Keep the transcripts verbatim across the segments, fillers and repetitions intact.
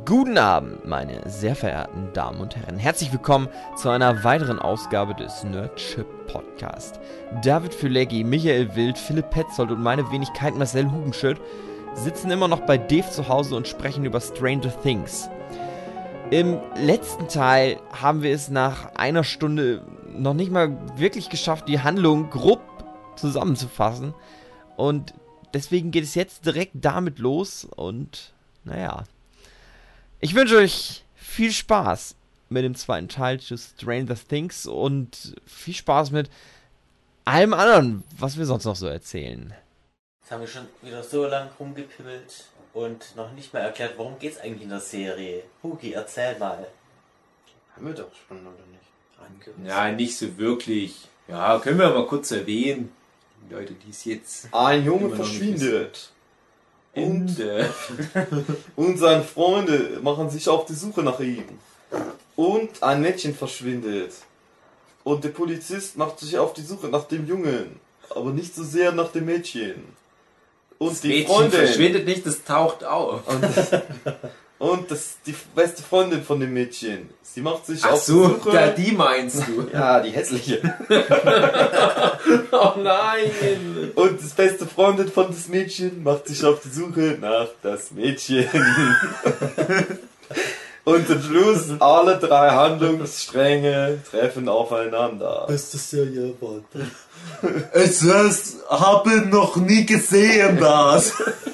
Guten Abend, meine sehr verehrten Damen und Herren. Herzlich willkommen zu einer weiteren Ausgabe des Nerdship Podcast. David Füleggi, Michael Wild, Philipp Petzold und meine Wenigkeit Marcel Hugenschütt sitzen immer noch bei Dave zu Hause und sprechen über Stranger Things. Im letzten Teil haben wir es nach einer Stunde noch nicht mal wirklich geschafft, die Handlung grob zusammenzufassen. Und deswegen geht es jetzt direkt damit los und naja. Ich wünsche euch viel Spaß mit dem zweiten Teil zu Stranger Things und viel Spaß mit allem anderen, was wir sonst noch so erzählen. Jetzt haben wir schon wieder so lang rumgepimmelt und noch nicht mal erklärt, worum geht's eigentlich in der Serie. Hugi, erzähl mal. Haben wir doch schon, oder nicht? Angerissen. Ja, nicht so wirklich. Ja, können wir mal kurz erwähnen. Die Leute, die es jetzt... Ein Junge verschwindet. Und, äh, und seine Freunde machen sich auf die Suche nach ihm. Und ein Mädchen verschwindet. Und der Polizist macht sich auf die Suche nach dem Jungen. Aber nicht so sehr nach dem Mädchen. Und das die Mädchen Freundin verschwindet nicht, das taucht auf. Und, und das die beste Freundin von dem Mädchen. Sie macht sich Ach auf so, die Suche. da, die meinst du. Ja, die hässliche. Oh nein! Und das beste Freundin von das Mädchen macht sich auf die Suche nach das Mädchen. Und zum Schluss alle drei Handlungsstränge treffen aufeinander. Beste Serie ever. Es ist, habe noch nie gesehen, das.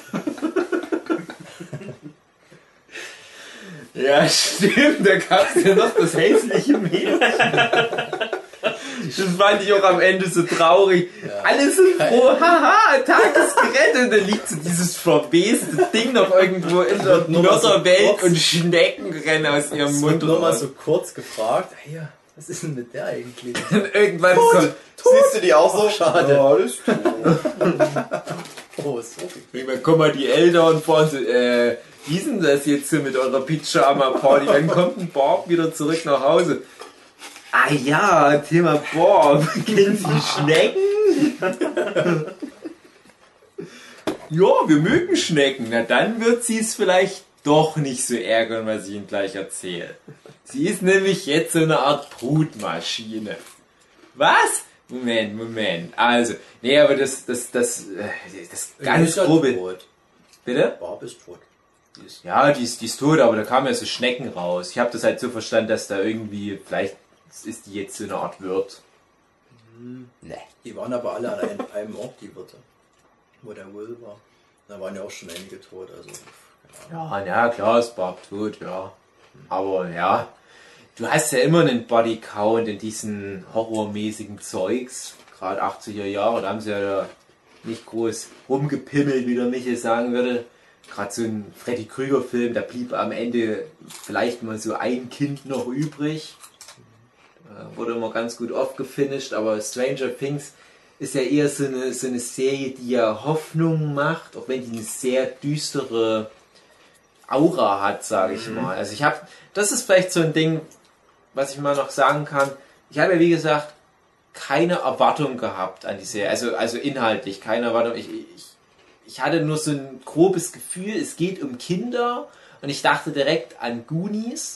Ja, stimmt, da gab's ja noch das hässliche Mädchen. Das fand ich auch am Ende so traurig. Ja. Alle sind froh, haha, Tag ist gerettet. Und dann liegt so dieses verweste Ding noch irgendwo in der Mörderwelt so und Schnecken rennen aus ihrem Mund raus. Nur mal so kurz gefragt, hey, was ist denn mit der eigentlich? Und irgendwann tot, kommt, tot. Siehst du die auch so? Oh, schade. Ja, alles tot. Oh, ist so viel. Irgendwann kommen mal die Eltern und fahren so, äh, wie ist denn das jetzt so mit eurer Pyjama-Party? Dann kommt ein Bob wieder zurück nach Hause. Ah ja, Thema Bob. Kennen Sie Schnecken? Ja, wir mögen Schnecken. Na dann wird sie es vielleicht doch nicht so ärgern, was ich Ihnen gleich erzähle. Sie ist nämlich jetzt so eine Art Brutmaschine. Was? Moment, Moment. Also, nee, aber das, das, das, das ganz grobe... Tot. Bitte? Bob ist tot. Die ist ja, die ist, die ist tot, aber da kamen ja so Schnecken raus. Ich habe das halt so verstanden, dass da irgendwie, vielleicht ist die jetzt so eine Art Wirt. Hm. Nee. Die waren aber alle an einem, einem Ort, die Wirte. Wo der Will war. Da waren ja auch schon einige tot, also... Ja, ja, klar ist Bob tot, ja. Aber ja, du hast ja immer einen Bodycount in diesen horrormäßigen Zeugs. Gerade achtziger Jahre, da haben sie ja nicht groß rumgepimmelt, wie der Michel sagen würde. Gerade so ein Freddy Krüger Film, da blieb am Ende vielleicht mal so ein Kind noch übrig. Äh, wurde immer ganz gut aufgefinisht, aber Stranger Things ist ja eher so eine, so eine Serie, die ja Hoffnung macht, auch wenn die eine sehr düstere Aura hat, sage ich mal. Also ich habe, das ist vielleicht so ein Ding, was ich mal noch sagen kann. Ich habe ja wie gesagt keine Erwartung gehabt an die Serie, also, also inhaltlich keine Erwartung. Ich, ich, ich hatte nur so ein grobes Gefühl, es geht um Kinder und ich dachte direkt an Goonies.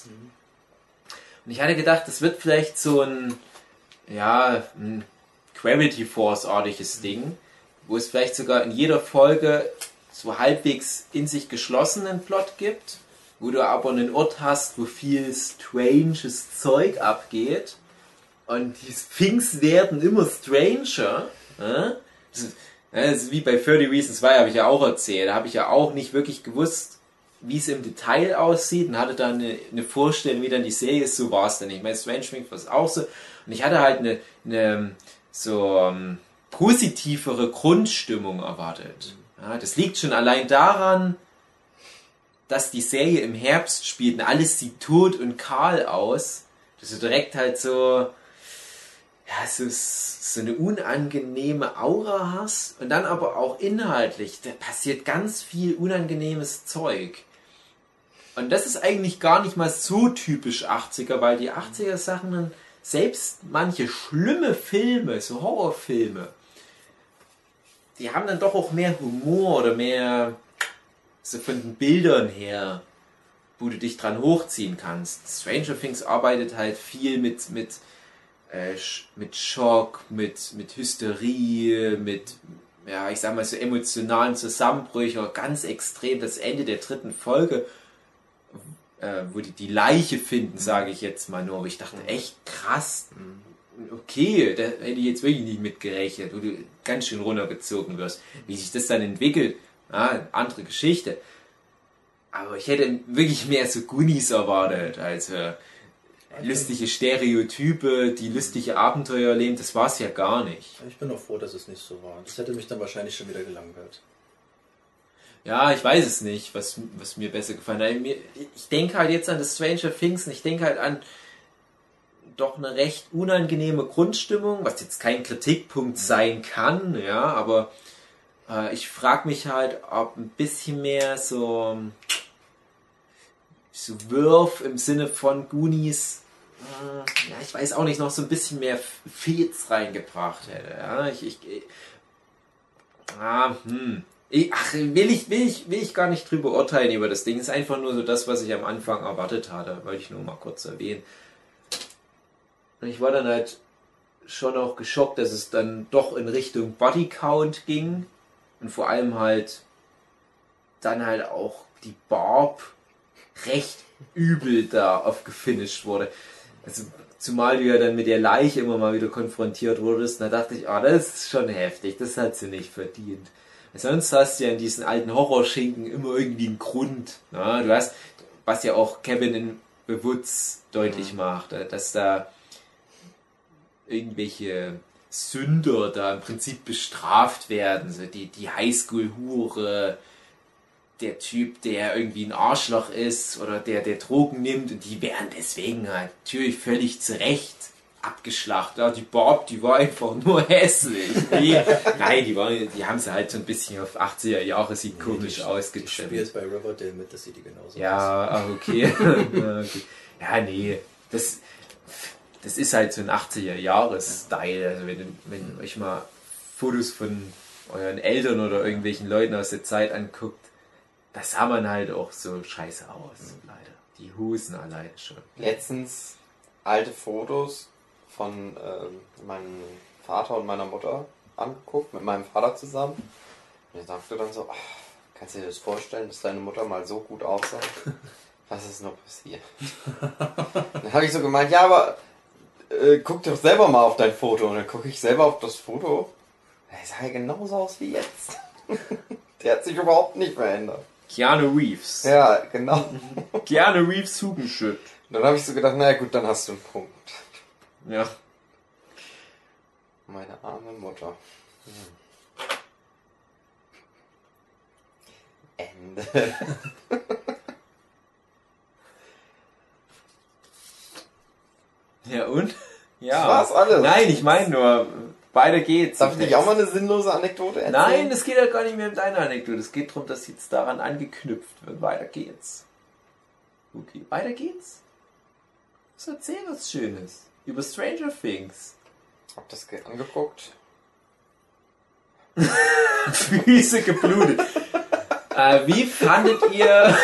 Und ich hatte gedacht, das wird vielleicht so ein, ja, ein Gravity Force-artiges Ding, wo es vielleicht sogar in jeder Folge so halbwegs in sich geschlossenen Plot gibt, wo du aber einen Ort hast, wo viel stranges Zeug abgeht und die Things werden immer stranger. Das ist, das ist wie bei thirty Reasons Why, habe ich ja auch erzählt. Da habe ich ja auch nicht wirklich gewusst, wie es im Detail aussieht und hatte dann eine, eine Vorstellung, wie dann die Serie ist. So war es dann nicht. Ich meine, Stranger Things war es auch so. Und ich hatte halt eine, eine so um, positivere Grundstimmung erwartet. Ja, das liegt schon allein daran, dass die Serie im Herbst spielt und alles sieht tot und kahl aus, dass du direkt halt so, ja, so, so eine unangenehme Aura hast und dann aber auch inhaltlich, da passiert ganz viel unangenehmes Zeug. Und das ist eigentlich gar nicht mal so typisch achtziger, weil die achtziger Sachen dann, selbst manche schlimme Filme, so Horrorfilme, die haben dann doch auch mehr Humor oder mehr so von den Bildern her wo du dich dran hochziehen kannst. Stranger Things arbeitet halt viel mit, mit, äh, mit Schock, mit, mit Hysterie, mit, ja, ich sag mal so emotionalen Zusammenbrüchen, ganz extrem. Das Ende der dritten Folge, äh, wo die die Leiche finden, sage ich jetzt mal nur, aber ich dachte, echt krass, okay, da hätte ich jetzt wirklich nicht mit gerechnet, wo du ganz schön runtergezogen wirst. Wie sich das dann entwickelt, ja, andere Geschichte. Aber ich hätte wirklich mehr so Goonies erwartet, also lustige Stereotype, die lustige Abenteuer erleben, das war es ja gar nicht. Ich bin auch froh, dass es nicht so war. Das hätte mich dann wahrscheinlich schon wieder gelangweilt. Ja, ich weiß es nicht, was, was mir besser gefallen hat. Ich denke halt jetzt an das Stranger Things und ich denke halt an doch eine recht unangenehme Grundstimmung, was jetzt kein Kritikpunkt sein kann, ja, aber äh, ich frage mich halt, ob ein bisschen mehr so so Wirf im Sinne von Goonies, äh, ja, ich weiß auch nicht, noch so ein bisschen mehr Feeds reingebracht hätte, ja, ich, ich, ich ah, hm. Ich, ach, will ich, will ich, will ich gar nicht drüber urteilen über das Ding. Es ist einfach nur so das, was ich am Anfang erwartet hatte. Wollte ich nur mal kurz erwähnen. Und ich war dann halt schon auch geschockt, dass es dann doch in Richtung Bodycount ging. Und vor allem halt dann halt auch die Barb recht übel da aufgefinisht wurde. Also, zumal du ja dann mit der Leiche immer mal wieder konfrontiert wurdest. Und da dachte ich, ah, das ist schon heftig. Das hat sie nicht verdient. Sonst hast du ja in diesen alten Horrorschinken immer irgendwie einen Grund. Ja, du hast, was ja auch Kevin in The Woods deutlich macht, dass da irgendwelche Sünder da im Prinzip bestraft werden. So die, die Highschool-Hure, der Typ, der irgendwie ein Arschloch ist oder der, der Drogen nimmt, und die werden deswegen halt natürlich völlig zurecht abgeschlachtet. Ja, die Barb, die war einfach nur hässlich. Die, nein, die, war, die haben sie halt so ein bisschen auf achtziger Jahre, sieht komisch aus. Ich spiele jetzt bei Riverdale mit, das sieht die genauso ja, aus. Okay. Ja, okay. Ja, nee, das, das ist halt so ein achtziger Jahres-Style. Also wenn, wenn euch mal Fotos von euren Eltern oder irgendwelchen Leuten aus der Zeit anguckt, da sah man halt auch so scheiße aus, leider. Die Hosen alleine schon. Letztens alte Fotos von ähm, meinem Vater und meiner Mutter angeguckt, mit meinem Vater zusammen. Und er sagte dann so, ach, kannst du dir das vorstellen, dass deine Mutter mal so gut aussah? Was ist noch passiert? Dann habe ich so gemeint, ja, aber äh, guck doch selber mal auf dein Foto. Und dann gucke ich selber auf das Foto. Er sah ja genauso aus wie jetzt. Der hat sich überhaupt nicht verändert. Keanu Reeves. Ja, genau. Keanu Reeves Hugenschütt. Dann habe ich so gedacht, naja gut, dann hast du einen Punkt. Ja. Meine arme Mutter. Hm. Ende. Ja und? Ja. Das war's alles. Nein, ich meine nur, weiter geht's. Darf ich nicht auch mal eine sinnlose Anekdote erzählen? Nein, es geht halt gar nicht mehr um deine Anekdote. Es geht darum, dass jetzt daran angeknüpft wird. Weiter geht's. Okay, weiter geht's. So, erzähl was Schönes. Über Stranger Things. Hab das angeguckt. Füße geblutet. äh, wie fandet ihr...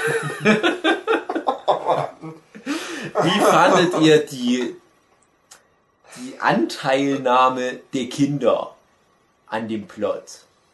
wie fandet ihr die, die Anteilnahme der Kinder an dem Plot?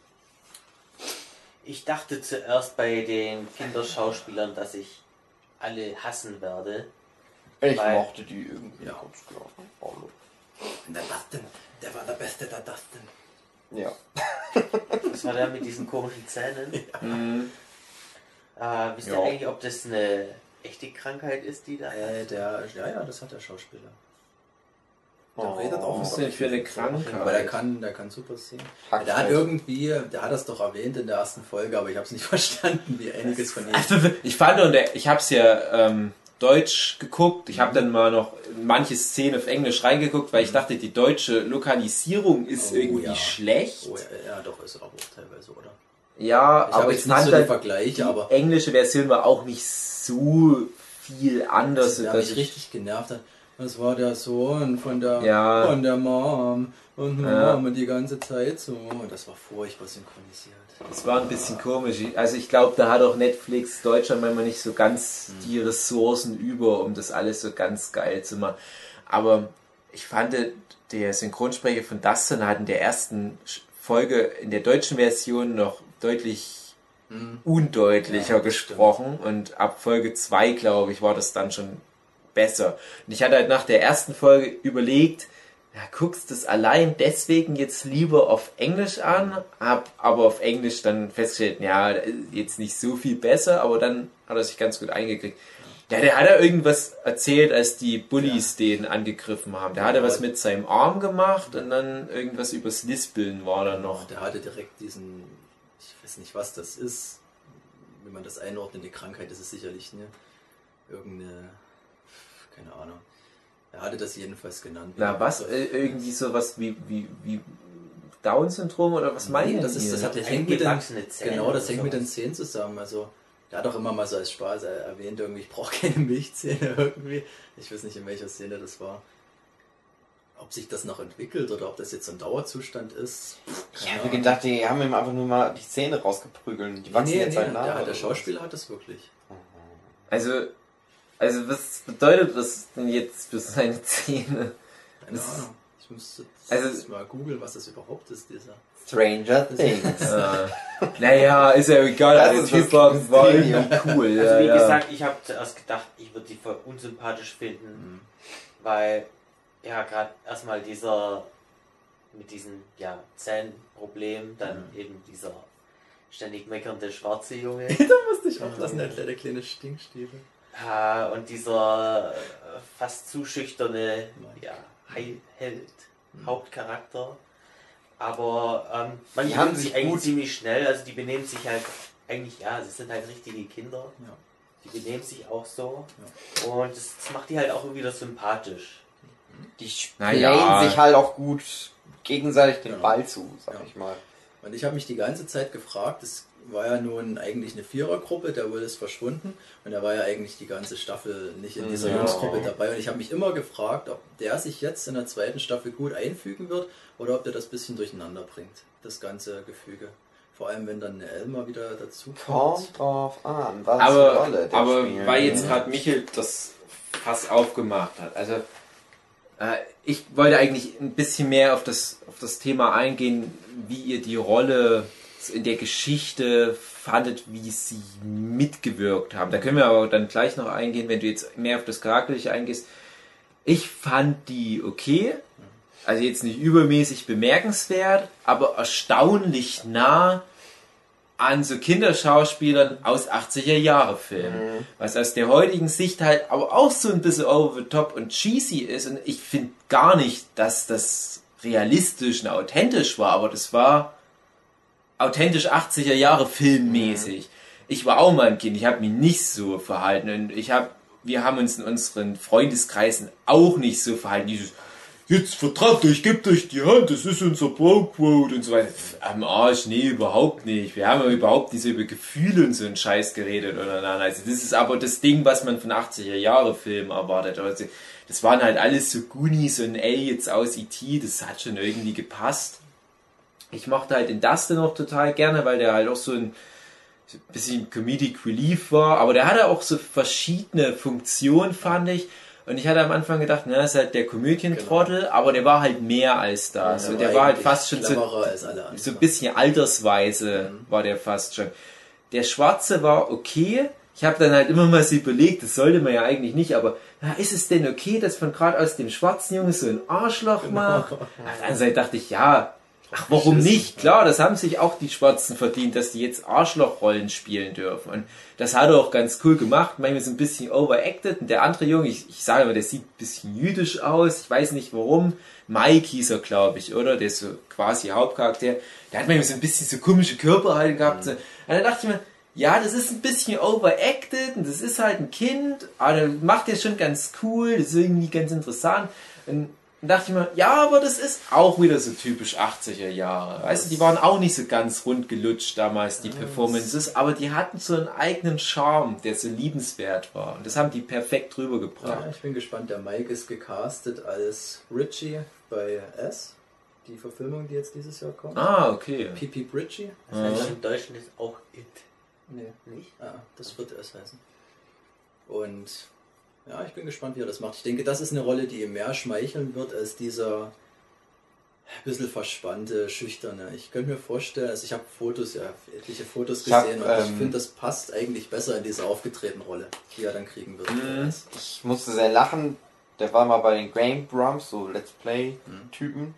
Ich dachte zuerst bei den Kinderschauspielern, dass ich alle hassen werde. Ich Weil- mochte die irgendwie Ja. ganz klar. Hallo. Und der Dustin, der war der Beste, der Dustin. Ja. Das war der mit diesen komischen Zähnen. Mhm. Äh, wisst ihr Ja. eigentlich, ob das eine echte Krankheit ist, die da Äh, hat? der, ja, ja, das hat der Schauspieler. Der Oh. redet auch Was ist immer denn für eine Krankheit? Aber der kann, der kann super singen. Hackfleisch. Der hat irgendwie, der hat das doch erwähnt in der ersten Folge, aber ich habe es nicht verstanden, wie einiges von ihm. Also, ich fand, und der, ich habe es ja ähm, Deutsch geguckt. Ich habe dann mal noch manche Szenen auf Englisch reingeguckt, weil ich dachte, die deutsche Lokalisierung ist Oh, irgendwie ja. schlecht. Oh, ja, ja, doch, ist aber auch teilweise, oder? Ja, Ich aber habe ich jetzt nicht fand so den halt, Vergleich, die aber englische Version war auch nicht so viel anders. der dass mich ich- richtig genervt hat. das war der Sohn von der, Ja. von der Mom und Ja. Mom die ganze Zeit so. Das war furchtbar synchronisiert. Das war ein bisschen komisch. Also ich glaube, da hat auch Netflix Deutschland manchmal nicht so ganz die Ressourcen über, um das alles so ganz geil zu machen. Aber ich fand, der Synchronsprecher von Dustin hat in der ersten Folge in der deutschen Version noch deutlich undeutlicher Ja, das gesprochen und ab Folge zwei, glaube ich, war das dann schon besser. Und ich hatte halt nach der ersten Folge überlegt, ja, guckst das allein deswegen jetzt lieber auf Englisch an, hab aber auf Englisch dann festgestellt, ja, jetzt nicht so viel besser, aber dann hat er sich ganz gut eingekriegt. Ja, der hat ja irgendwas erzählt, als die Bullies ja. den angegriffen haben. Der hatte was mit seinem Arm gemacht und dann irgendwas übers Lispeln war da noch. Der hatte direkt diesen, ich weiß nicht, was das ist, wie man das einordnet, die Krankheit ist es sicherlich, ne? Irgendeine, keine Ahnung. Er hatte das jedenfalls genannt. Na, was? Äh, irgendwie sowas wie, wie, wie Down-Syndrom oder was meint nee, das ist, das hat das hängt mit den, Zähne genau, das hängt sowas. mit den Zähnen zusammen. Also, der hat auch immer mal so als Spaß erwähnt, irgendwie, ich brauche keine Milchzähne irgendwie. Ich weiß nicht, in welcher Szene das war. Ob sich das noch entwickelt oder ob das jetzt so ein Dauerzustand ist. Ich habe gedacht, die haben ihm einfach nur mal die Zähne rausgeprügelt. Die wachsen nee, jetzt nee, halt nach. der, oder der was? Schauspieler hat das wirklich. Also, also was bedeutet das denn jetzt für seine Zähne? Keine Das- Ahnung. Ich muss Also- jetzt mal googeln, was das überhaupt ist, dieser. Stranger Things. Äh, naja, ist ja egal, Das der ist Typ das war, war Mysterium. irgendwie cool. Also ja, wie ja. gesagt, ich habe zuerst gedacht, ich würde die voll unsympathisch finden, Mhm. weil ja gerade erstmal dieser mit diesem ja, Zähnenproblem, dann Mhm. eben dieser ständig meckernde schwarze Junge Da musste ich auflassen, der kleine, kleine Stinkstiefel. äh, und dieser äh, fast zu schüchterne ja, Heil- Held, Mhm. Hauptcharakter. Aber ähm, man Die haben benimmt sich sich eigentlich gut- ziemlich schnell, also die benehmen sich halt eigentlich, ja, sie sind halt richtige Kinder. Ja. Die benehmen sich auch so. Und das, das macht die halt auch wieder sympathisch. Die Na playen ja. sich halt auch gut gegenseitig den Genau. Ball zu, sag Ja. ich mal. Und ich habe mich die ganze Zeit gefragt, es war ja nun eigentlich eine Vierergruppe, der Will ist verschwunden und er war ja eigentlich die ganze Staffel nicht in dieser Ja. Jungsgruppe dabei. Und ich habe mich immer gefragt, ob der sich jetzt in der zweiten Staffel gut einfügen wird oder ob der das bisschen durcheinander bringt, das ganze Gefüge. Vor allem, wenn dann eine Elma wieder dazu kommt. Kommt drauf an, was für Aber, Rolle der aber spielt. weil jetzt gerade Michel das Fass aufgemacht hat, also äh, ich wollte eigentlich ein bisschen mehr auf das, auf das Thema eingehen, wie ihr die Rolle in der Geschichte fandet, wie sie mitgewirkt haben. Da können wir aber dann gleich noch eingehen, wenn du jetzt mehr auf das Charakterliche eingehst. Ich fand die okay, also jetzt nicht übermäßig bemerkenswert, aber erstaunlich nah an so Kinderschauspielern aus achtziger-Jahre-Filmen. Was aus der heutigen Sicht halt aber auch so ein bisschen over the top und cheesy ist. Und ich finde gar nicht, dass das realistisch und authentisch war, aber das war authentisch achtziger-Jahre-Filmmäßig. Ich war auch mal ein Kind, ich habe mich nicht so verhalten. Und ich hab, wir haben uns in unseren Freundeskreisen auch nicht so verhalten. Dieses jetzt vertragt euch, gebt euch die Hand, das ist unser Bro-Quote und so weiter. Am Arsch, nee, überhaupt nicht. Wir haben ja überhaupt nicht so über Gefühle und so einen Scheiß geredet oder nein. Also das ist aber das Ding, was man von achtziger-Jahre-Filmen erwartet. Also das waren halt alles so Goonies und Aliens aus E T, das hat schon irgendwie gepasst. Ich mochte halt den Dustin noch total gerne, weil der halt auch so ein bisschen Comedic Relief war, aber der hatte auch so verschiedene Funktionen, fand ich. Und ich hatte am Anfang gedacht, na, das ist halt der Komödientrottel, genau. Aber der war halt mehr als das. Ja, und der war halt fast schon so, als alle anderen. so ein bisschen altersweise Mhm. war der fast schon. Der Schwarze war okay. Ich habe dann halt immer mal so überlegt, das sollte man ja eigentlich nicht, aber na, ist es denn okay, dass man gerade aus dem schwarzen Jungen so ein Arschloch Genau. macht? Auf der anderen Seite dachte ich, ja, ach, warum nicht? Klar, das haben sich auch die Schwarzen verdient, dass die jetzt Arschlochrollen spielen dürfen. Und das hat er auch ganz cool gemacht. Manchmal so ein bisschen overacted. Und der andere Junge, ich, ich sage mal, der sieht ein bisschen jüdisch aus. Ich weiß nicht warum. Mike hieß er, glaube ich, oder? Der ist so quasi Hauptcharakter. Der hat manchmal so ein bisschen so komische Körperhaltung gehabt. Mhm. Und dann dachte ich mir, ja, das ist ein bisschen overacted. Und das ist halt ein Kind. Aber der macht der schon ganz cool. Das ist irgendwie ganz interessant. Und dann dachte ich mir, ja, aber das ist auch wieder so typisch achtziger Jahre. Weißt du, die waren auch nicht so ganz rund gelutscht damals, die Performances, aber die hatten so einen eigenen Charme, der so liebenswert war. Und das haben die perfekt rübergebracht. Ja, ich bin gespannt. Der Mike ist gecastet als Richie bei S, die Verfilmung, die jetzt dieses Jahr kommt. Ah, okay. Pipi Richie. Das heißt im Deutschen ist auch It. Nee, Nicht? ah, das wird es heißen. Und ja, ich bin gespannt, wie er das macht. Ich denke, das ist eine Rolle, die ihm mehr schmeicheln wird als dieser ein bisschen verspannte, schüchterne. Ich könnte mir vorstellen, also ich habe Fotos, ja, etliche Fotos Ich hab, gesehen und ich ähm, finde, das passt eigentlich besser in diese aufgetretene Rolle, die er dann kriegen wird. Mhm. Ich musste sehr lachen. Der war mal bei den Game Grumps, so Let's Play-Typen.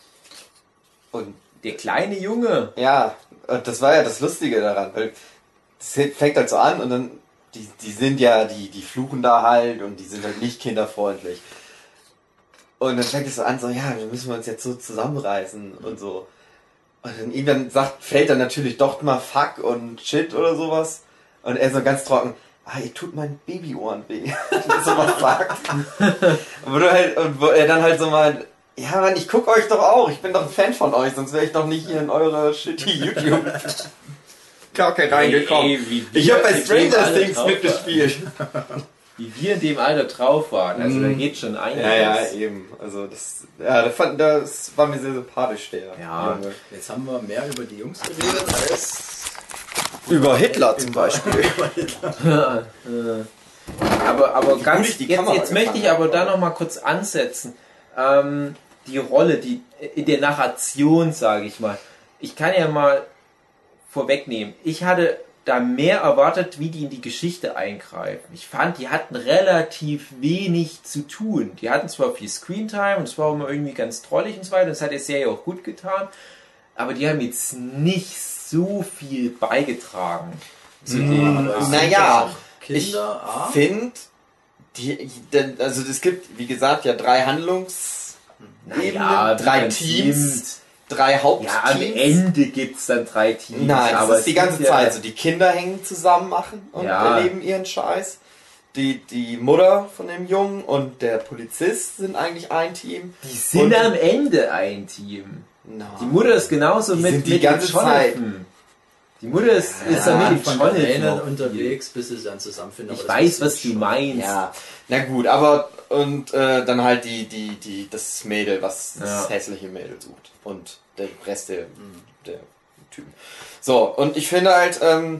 Und Der kleine Junge. ja, und das war ja das Lustige daran, weil es fängt halt so an und dann, die, die sind ja, die, die fluchen da halt und die sind halt nicht kinderfreundlich. Und dann fängt es so an, so, ja, wir müssen uns jetzt so zusammenreißen und so. Und dann irgendwann sagt, fällt dann natürlich doch mal Fuck und Shit oder sowas. Und er so ganz trocken, ah, ihr tut meinen Babyohren weh. so was sagt. Und wo, du halt, und wo er dann halt so mal, ja Mann, ich guck euch doch auch, ich bin doch ein Fan von euch, sonst wäre ich doch nicht hier in eure shitty YouTube Kacke reingekommen. Ey, wie Ich wir habe bei in dem Stranger Alter Things drauf mitgespielt. waren. Wie wir in dem Alter drauf waren. Also da geht schon einiges. Ja, ja, eben. Also das, ja, das, fand, das war mir sehr sympathisch, der Ja. Junge. Jetzt haben wir mehr über die Jungs geredet als Über Hitler zum Beispiel. über Hitler. Aber, aber ganz, gut ich die jetzt, Kamera jetzt möchte ich gefangen aber habe. da noch mal kurz ansetzen. Ähm, die Rolle, die in der Narration, sage ich mal. Ich kann ja mal vorwegnehmen. Ich hatte da mehr erwartet, wie die in die Geschichte eingreifen. Ich fand, die hatten relativ wenig zu tun. Die hatten zwar viel Screentime und es war immer irgendwie ganz trollig und so weiter. Das hat der Serie auch gut getan. Aber die haben jetzt nicht so viel beigetragen. Zu dem, Aber es sind Naja, ja auch ich Kinder, ah, finde, die, denn, also es gibt, wie gesagt, ja drei Handlungsebenen, Naja, drei ganz Teams, drei Ja, am Hauptteams. Ende gibt es dann drei Teams. Nein, das aber ist es die gibt ganze ja, Zeit so. Die Kinder hängen zusammen machen und Ja. erleben ihren Scheiß. Die, die Mutter von dem Jungen und der Polizist sind eigentlich ein Team. Die sind Und- am Ende ein Team. No. Die Mutter ist genauso Die mit, sind die mit ganze dem Jonathan. Die Mutter ist, ist Ja, da mit dem von der Jonathan Lane noch unterwegs, bis sie dann zusammenfinden. Ich aber das weiß, ist was du schon- meinst. Ja, na gut, aber und äh, dann halt die, die, die, das Mädel, was das Ja. hässliche Mädel sucht. Und der Rest der, der Typen. So, und ich finde halt, ähm,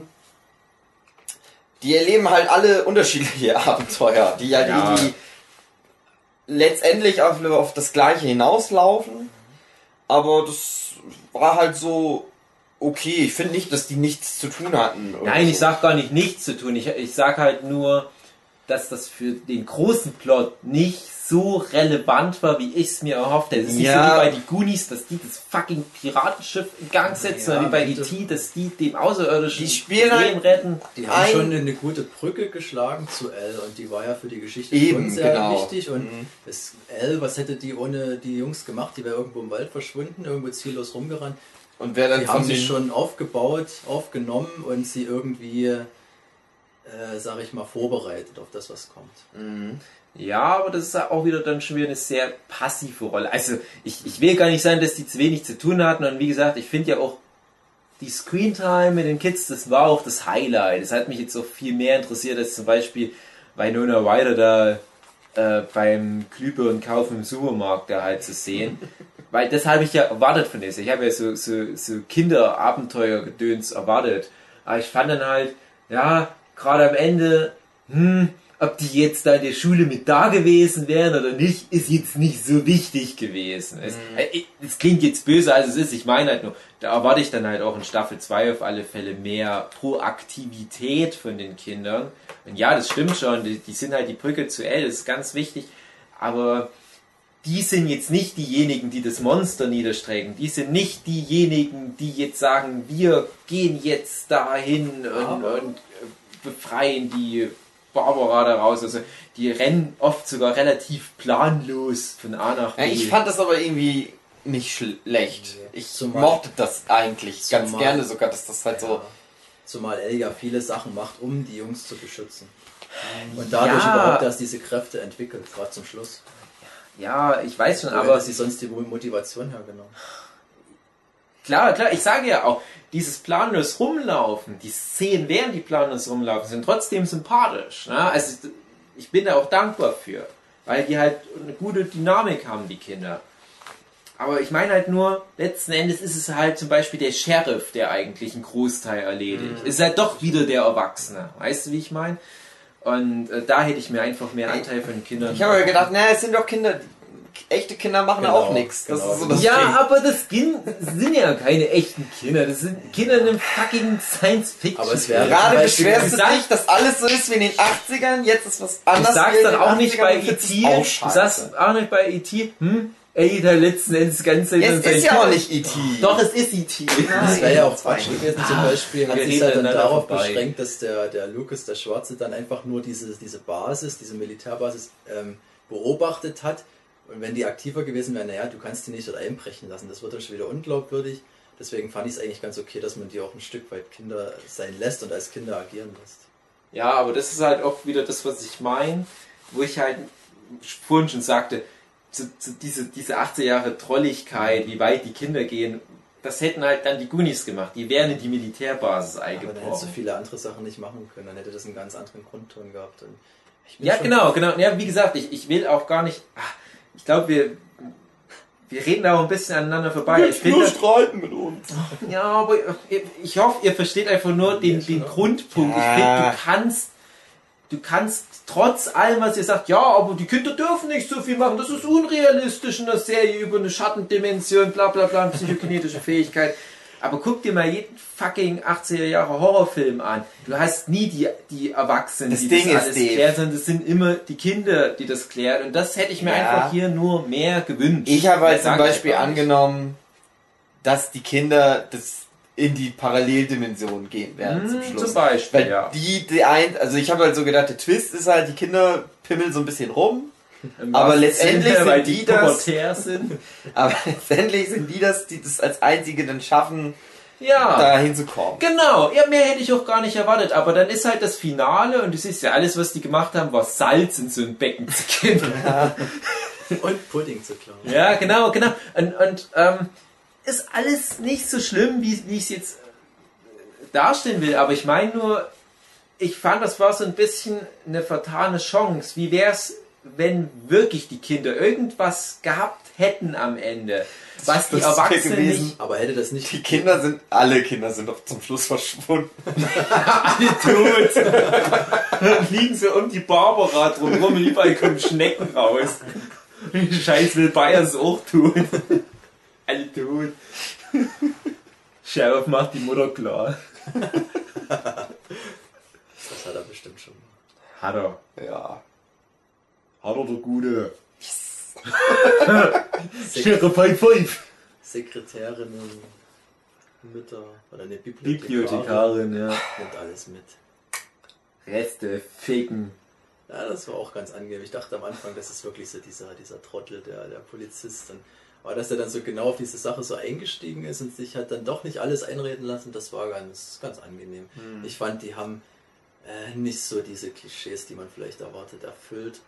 die erleben halt alle unterschiedliche Abenteuer, die ja, Ja. die, die letztendlich auf, auf das Gleiche hinauslaufen. Aber das war halt so okay. Ich finde nicht, dass die nichts zu tun hatten. oder Nein, so. ich sag gar nicht nichts zu tun. Ich, ich sag halt nur, dass das für den großen Plot nicht so relevant war, wie ich es mir erhofft hätte. Es ist nicht Ja. so wie bei die Goonies, dass die das fucking Piratenschiff in Gang setzen, Ja, oder wie bei bitte. E T, dass die dem Außerirdischen Die spielen das halt- Leben retten. Die haben Ein- schon eine gute Brücke geschlagen zu Elle und die war ja für die Geschichte Eben, schon sehr genau. wichtig. Und Mhm. das Elle, was hätte die ohne die Jungs gemacht? Die wäre irgendwo im Wald verschwunden, irgendwo ziellos rumgerannt. Und wer dann Die von haben sich den schon aufgebaut, aufgenommen und sie irgendwie, äh, sag ich mal, vorbereitet auf das, was kommt. Mhm. Ja, aber das ist auch wieder dann schon wieder eine sehr passive Rolle. Also ich, ich will gar nicht sagen, dass die zu wenig zu tun hatten. Und wie gesagt, ich finde ja auch die Screentime mit den Kids, das war auch das Highlight. Das hat mich jetzt auch viel mehr interessiert, als zum Beispiel Winona Ryder da äh, beim Glühbirnenkauf im Supermarkt da halt zu sehen. Weil das habe ich ja erwartet von dieser. Ich habe ja so, so, so Kinderabenteuer-Gedöns erwartet. Aber ich fand dann halt, ja, gerade am Ende, hm, ob die jetzt da in der Schule mit da gewesen wären oder nicht, ist jetzt nicht so wichtig gewesen. Es, äh, es klingt jetzt böse, als es ist. Ich meine halt nur, da erwarte ich dann halt auch in Staffel zwei auf alle Fälle mehr Proaktivität von den Kindern. Und ja, das stimmt schon, die, die sind halt die Brücke zu Elle, das ist ganz wichtig. Aber die sind jetzt nicht diejenigen, die das Monster niederstrecken. Die sind nicht diejenigen, die jetzt sagen, wir gehen jetzt dahin und, Aber- und äh, befreien die Barbara daraus. Also die rennen oft sogar relativ planlos von A nach B. Ja, ich fand das aber irgendwie nicht schlecht. Ich Zumal- mochte das eigentlich ganz Zumal- gerne sogar, dass das halt so. Ja. Zumal Elle ja viele Sachen macht, um die Jungs zu beschützen. Und dadurch Ja. überhaupt erst diese Kräfte entwickelt, gerade zum Schluss. Ja, ich weiß schon, Aber aber... hätte sie sonst die Motivation hergenommen. Klar, klar, ich sage ja auch, dieses planlos rumlaufen, die Szenen, während die planlos rumlaufen, sind trotzdem sympathisch. Ne? Also ich bin da auch dankbar für, weil die halt eine gute Dynamik haben, die Kinder. Aber ich meine halt nur, letzten Endes ist es halt zum Beispiel der Sheriff, der eigentlich einen Großteil erledigt. Mhm. Ist halt doch wieder der Erwachsene. Weißt du, wie ich meine? Und äh, da hätte ich mir einfach mehr Anteil von den Kindern... Ich habe ja gedacht, naja, es sind doch Kinder... Echte Kinder machen Genau, auch nichts. Das genau. ist so das Ja, Ding. aber das kind, sind ja keine echten Kinder. Das sind Kinder in einem fucking Science-Fiction. Aber es wäre- Gerade Zum Beispiel beschwerst du gesagt- dich, dass alles so ist wie in den achtzigern, jetzt ist was Du anderes. sagst wie in dann den auch nicht bei achtzigern, E T, auch du scheiße. sagst auch nicht bei E T, hm, er geht halt letzten Endes ganz Ja, es ist ja auch nicht E T. Doch, es ist E T. Das wäre ja auch Quatsch gewesen. Zum Beispiel hat wir sich reden ja dann aneinander darauf vorbei. beschränkt, dass der, der Lucas, der Schwarze, dann einfach nur diese, diese Basis, diese Militärbasis ähm, beobachtet hat. Und wenn die aktiver gewesen wären, naja, du kannst die nicht dort einbrechen lassen. Das wird dann schon wieder unglaubwürdig. Deswegen fand ich es eigentlich ganz okay, dass man die auch ein Stück weit Kinder sein lässt und als Kinder agieren lässt. Ja, aber das ist halt auch wieder das, was ich meine, wo ich halt vorhin schon sagte, zu, zu diese, diese achtzig Jahre Trolligkeit, wie weit die Kinder gehen, das hätten halt dann die Goonies gemacht. Die wären in die Militärbasis Aber dann hättest du eingebrochen. viele andere Sachen nicht machen können. Dann hätte das einen ganz anderen Grundton gehabt. Und ich bin Ja, schon- genau, genau. Ja, wie gesagt, ich, ich will auch gar nicht... Ach, ich glaube, wir, wir reden da auch ein bisschen aneinander vorbei. Ich Nur finde, streiten mit uns. ja, aber ich, ich hoffe, ihr versteht einfach nur den, den Grundpunkt. Ich finde, Ja. du kannst, du kannst trotz allem, was ihr sagt, ja, aber die Kinder dürfen nicht so viel machen, das ist unrealistisch in der Serie über eine Schattendimension, bla bla bla, psychokinetische Fähigkeit. Aber guck dir mal jeden fucking achtziger Jahre Horrorfilm an. Du hast nie die, die Erwachsenen, Das die Ding das ist, alles Dave. klären, sondern das sind immer die Kinder, die das klären. Und das hätte ich mir Ja. einfach hier nur mehr gewünscht. Ich habe halt Ich zum sag Beispiel einfach nicht. angenommen, dass die Kinder das in die Paralleldimension gehen werden Hm, zum Schluss. zum Beispiel, Weil ja. die, die ein, also ich habe halt so gedacht, der Twist ist halt, die Kinder pimmeln so ein bisschen rum, Im aber wahrsten letztendlich Sinne, weil sind die das- pubertär sind. aber letztendlich sind die das, die das als einzige dann schaffen, Ja. da hinzukommen. Genau, ja, mehr hätte ich auch gar nicht erwartet, aber dann ist halt das Finale und du siehst ja, alles, was die gemacht haben, war Salz in so ein Becken zu kippen. Und Pudding zu klauen. Ja, genau, genau. Und, und ähm, ist alles nicht so schlimm, wie, wie ich es jetzt äh, darstellen will, aber ich meine nur, ich fand, das war so ein bisschen eine vertane Chance. Wie wäre es, wenn wirklich die Kinder irgendwas gehabt hätten am Ende, was die Das wär Erwachsenen gewesen. nicht... Aber hätte das nicht... Die Kinder sind, alle Kinder sind doch zum Schluss verschwunden. Alle tot. Dann fliegen sie um die Barbara drumherum und überall kommen Schnecken raus. Scheiß will Bayers auch tun. Alle tot. Sheriff macht die Mutter klar. Das hat er bestimmt schon. Hat er. Ja. Hat er der Gute. Sheriff High Five. Sekretärinnen, Mütter oder eine Bibliothekarin, ja. Nimmt alles mit. Reste ficken. Ja, das war auch ganz angenehm. Ich dachte am Anfang, das ist wirklich so dieser, dieser Trottel, der, der Polizist. Und, aber dass er dann so genau auf diese Sache so eingestiegen ist und sich hat dann doch nicht alles einreden lassen, das war ganz, ganz angenehm. Hm. Ich fand, die haben äh, nicht so diese Klischees, die man vielleicht erwartet, erfüllt.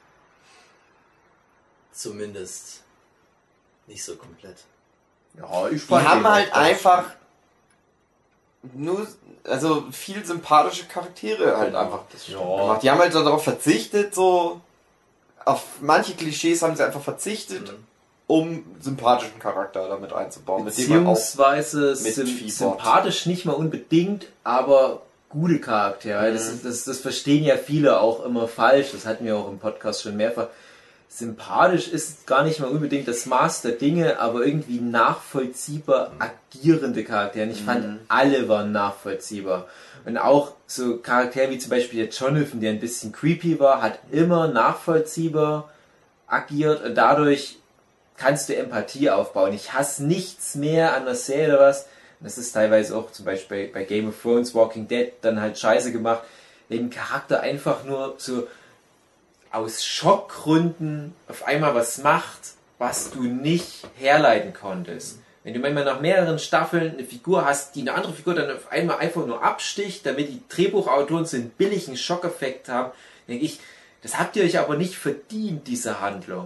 Zumindest nicht so komplett. Ja, ich Die haben den halt auch einfach nur, also viel sympathische Charaktere halt einfach das Ja. gemacht. Die haben halt so darauf verzichtet, so auf manche Klischees haben sie einfach verzichtet, Mhm. um sympathischen Charakter damit einzubauen. Mit dem man auch Beziehungsweise mit sym Fiebert. sympathisch nicht mal unbedingt, aber gute Charaktere. Mhm. Das, das, das verstehen ja viele auch immer falsch. Das hatten wir auch im Podcast schon mehrfach. Sympathisch ist gar nicht mal unbedingt das Maß der Dinge, aber irgendwie nachvollziehbar agierende Charaktere. Und ich fand, Mhm. alle waren nachvollziehbar. Und auch so Charaktere wie zum Beispiel der Jonathan, der ein bisschen creepy war, hat immer nachvollziehbar agiert und dadurch kannst du Empathie aufbauen. Ich hasse nichts mehr an der Serie oder was. Und das ist teilweise auch zum Beispiel bei Game of Thrones, Walking Dead dann halt scheiße gemacht, wenn ein Charakter einfach nur so aus Schockgründen auf einmal was macht, was du nicht herleiten konntest. Wenn du manchmal nach mehreren Staffeln eine Figur hast, die eine andere Figur dann auf einmal einfach nur absticht, damit die Drehbuchautoren so einen billigen Schockeffekt haben, denke ich, das habt ihr euch aber nicht verdient, diese Handlung.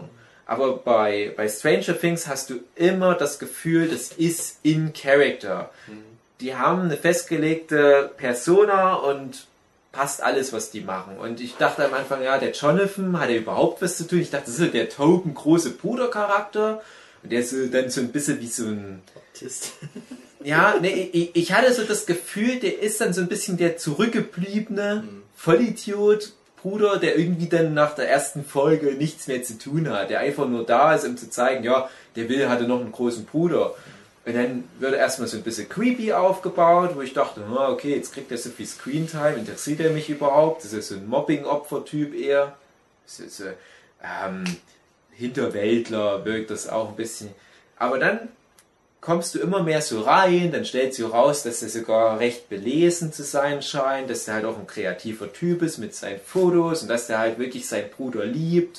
Aber bei, bei Stranger Things hast du immer das Gefühl, das ist in Character. Mhm. Die haben eine festgelegte Persona und passt alles, was die machen. Und ich dachte am Anfang, ja, der Jonathan, hat er überhaupt was zu tun? Ich dachte, das ist der Token große Bruder-Charakter. Und der ist so, dann so ein bisschen wie so ein... Autist. Ja, nee, ich, ich hatte so das Gefühl, der ist dann so ein bisschen der zurückgebliebene mhm. Vollidiot, Bruder, der irgendwie dann nach der ersten Folge nichts mehr zu tun hat, der einfach nur da ist, um zu zeigen, ja, der Will hatte noch einen großen Bruder. Und dann wird erstmal so ein bisschen creepy aufgebaut, wo ich dachte, na, okay, jetzt kriegt er so viel Screentime, interessiert er mich überhaupt? Das ist so ein Mobbing-Opfer-Typ eher. Das ist so, ähm, Hinterwäldler wirkt das auch ein bisschen. Aber dann kommst du immer mehr so rein, dann stellt sich raus, dass er sogar recht belesen zu sein scheint, dass er halt auch ein kreativer Typ ist mit seinen Fotos und dass er halt wirklich seinen Bruder liebt.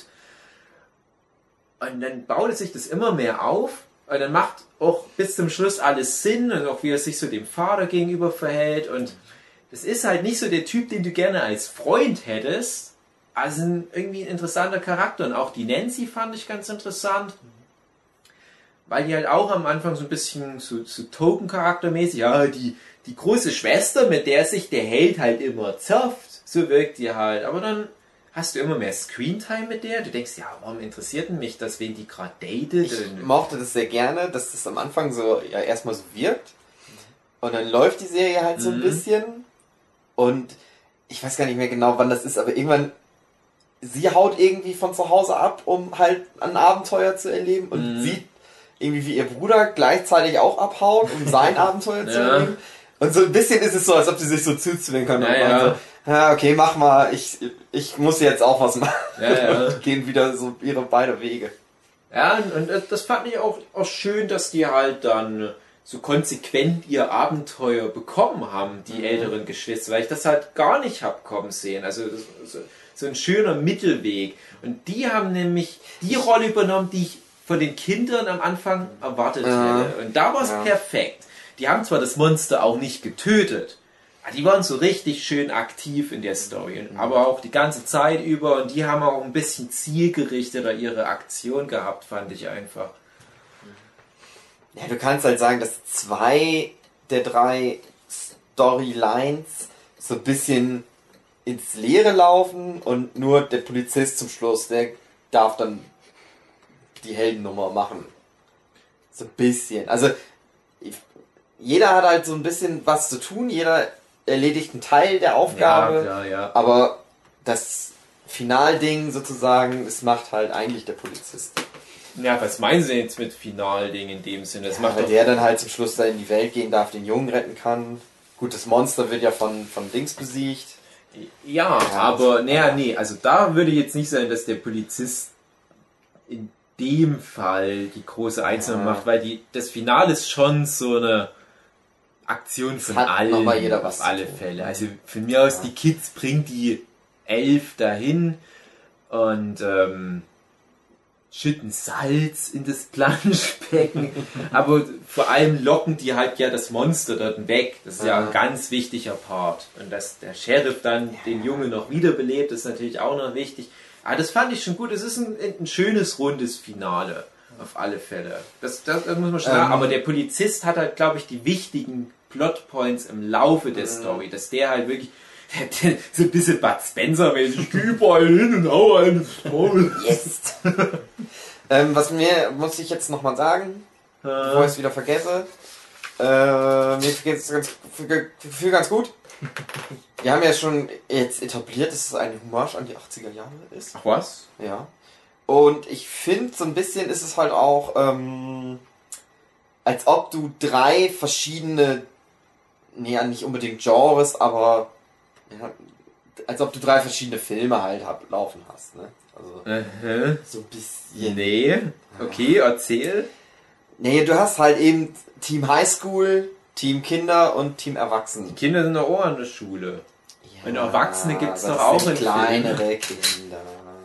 Und dann baut sich das immer mehr auf und dann macht auch bis zum Schluss alles Sinn und auch wie er sich so dem Vater gegenüber verhält und das ist halt nicht so der Typ, den du gerne als Freund hättest, also ein, irgendwie ein interessanter Charakter und auch die Nancy fand ich ganz interessant. Weil die halt auch am Anfang so ein bisschen so, so Token-Charaktermäßig, ja, die, die große Schwester, mit der sich der Held halt immer zofft, so wirkt die halt. Aber dann hast du immer mehr Screentime mit der. Du denkst, ja, warum interessiert denn mich das, wen die gerade datet? Ich mochte das sehr gerne, dass das am Anfang so ja erstmal so wirkt. Und dann läuft die Serie halt so ein mhm. bisschen. Und ich weiß gar nicht mehr genau, wann das ist, aber irgendwann, sie haut irgendwie von zu Hause ab, um halt ein Abenteuer zu erleben und mhm. sieht irgendwie wie ihr Bruder gleichzeitig auch abhaut, um sein Abenteuer zu ja. erleben. Und so ein bisschen ist es so, als ob sie sich so zuzwingen können. Ja, und ja. So, ja, okay, mach mal, ich, ich muss jetzt auch was machen. Ja, ja. Und gehen wieder so ihre beide Wege. Ja, und das fand ich auch, auch schön, dass die halt dann so konsequent ihr Abenteuer bekommen haben, die mhm. älteren Geschwister, weil ich das halt gar nicht hab kommen sehen. Also das, so, so ein schöner Mittelweg. Und die haben nämlich die Rolle übernommen, die ich von den Kindern am Anfang erwartet ja. hätte. Und da war es ja. perfekt. Die haben zwar das Monster auch nicht getötet, aber die waren so richtig schön aktiv in der Story. Mhm. Aber auch die ganze Zeit über. Und die haben auch ein bisschen zielgerichteter ihre Aktion gehabt, fand ich einfach. Ja, du kannst halt sagen, dass zwei der drei Storylines so ein bisschen ins Leere laufen und nur der Polizist zum Schluss, der darf dann die Heldennummer machen. So ein bisschen. Also jeder hat halt so ein bisschen was zu tun, jeder erledigt einen Teil der Aufgabe, ja, klar, ja. aber das Finalding sozusagen, das macht halt eigentlich der Polizist. Ja, was meinen Sie jetzt mit Finalding in dem Sinne? Das Ja, macht weil doch der dann halt zum Schluss da in die Welt gehen darf, den Jungen retten kann. Gut, das Monster wird ja von, von Dings besiegt. Ja, ja aber naja, nee, also da würde jetzt nicht sein, dass der Polizist in dem Fall die große Einzelne ja. macht, weil die das Finale ist schon so eine Aktion von allen jeder was auf alle Fälle. Also von mir aus, ja. die Kids bringt die Elf dahin und ähm, schütten Salz in das Planschbecken, aber vor allem locken die halt ja das Monster dort weg. Das ist ja, ja ein ganz wichtiger Part. Und dass der Sheriff dann ja. den Jungen noch wiederbelebt, ist natürlich auch noch wichtig. Aber das fand ich schon gut. Es ist ein, ein schönes, rundes Finale. Auf alle Fälle. Das, das, das muss man schon sagen. Ähm, aber der Polizist hat halt, glaube ich, die wichtigen Plotpoints im Laufe der Story. Dass der halt wirklich der, der, so ein bisschen Bud Spencer-mäßig, ich geh überall hin und hau einen Maul. Yes! ähm, was mir, muss ich jetzt nochmal sagen, äh. bevor ich es wieder vergesse. Äh, mir geht es ganz, Gefühl ganz gut. Wir haben ja schon jetzt etabliert, dass es eine Hommage an die achtziger Jahre ist. Ach was? Ja. Und ich finde, so ein bisschen ist es halt auch, ähm, als ob du drei verschiedene, nee, ja, nicht unbedingt Genres, aber ja, als ob du drei verschiedene Filme halt hab, laufen hast, ne? Also, uh-huh. so ein bisschen. Nee, okay, erzähl. Nee, du hast halt eben Team Highschool, Team Kinder und Team Erwachsene. Die Kinder sind doch auch an der Schule. Ja, und Erwachsene gibt's doch das auch sind in kleinere Filmen. Kinder.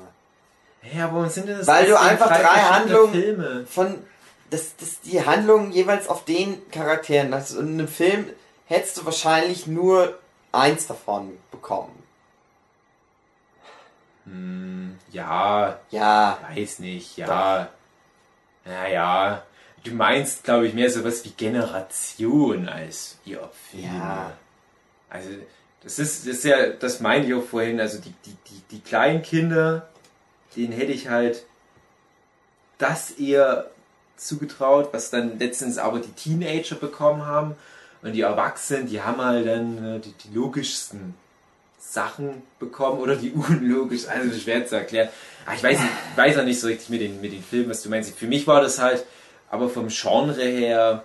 Ja, warum sind denn das? Weil du einfach drei, drei Handlungen Filme? von, das, das, die Handlungen jeweils auf den Charakteren hast. Und in einem Film hättest du wahrscheinlich nur eins davon bekommen. Hm, ja, Ja. weiß nicht, ja. Naja, du meinst, glaube ich, mehr sowas wie Generation als ihr Filme. Ja. Also, das ist, das ist ja, das meinte ich auch vorhin, also die, die, die, die kleinen Kinder, denen hätte ich halt das eher zugetraut, was dann letztens aber die Teenager bekommen haben. Und die Erwachsenen, die haben halt dann äh, die, die logischsten Sachen bekommen oder die unlogisch, also schwer zu erklären. Aber ich weiß, nicht, weiß auch nicht so richtig mit den, mit den Filmen, was du meinst. Für mich war das halt, aber vom Genre her,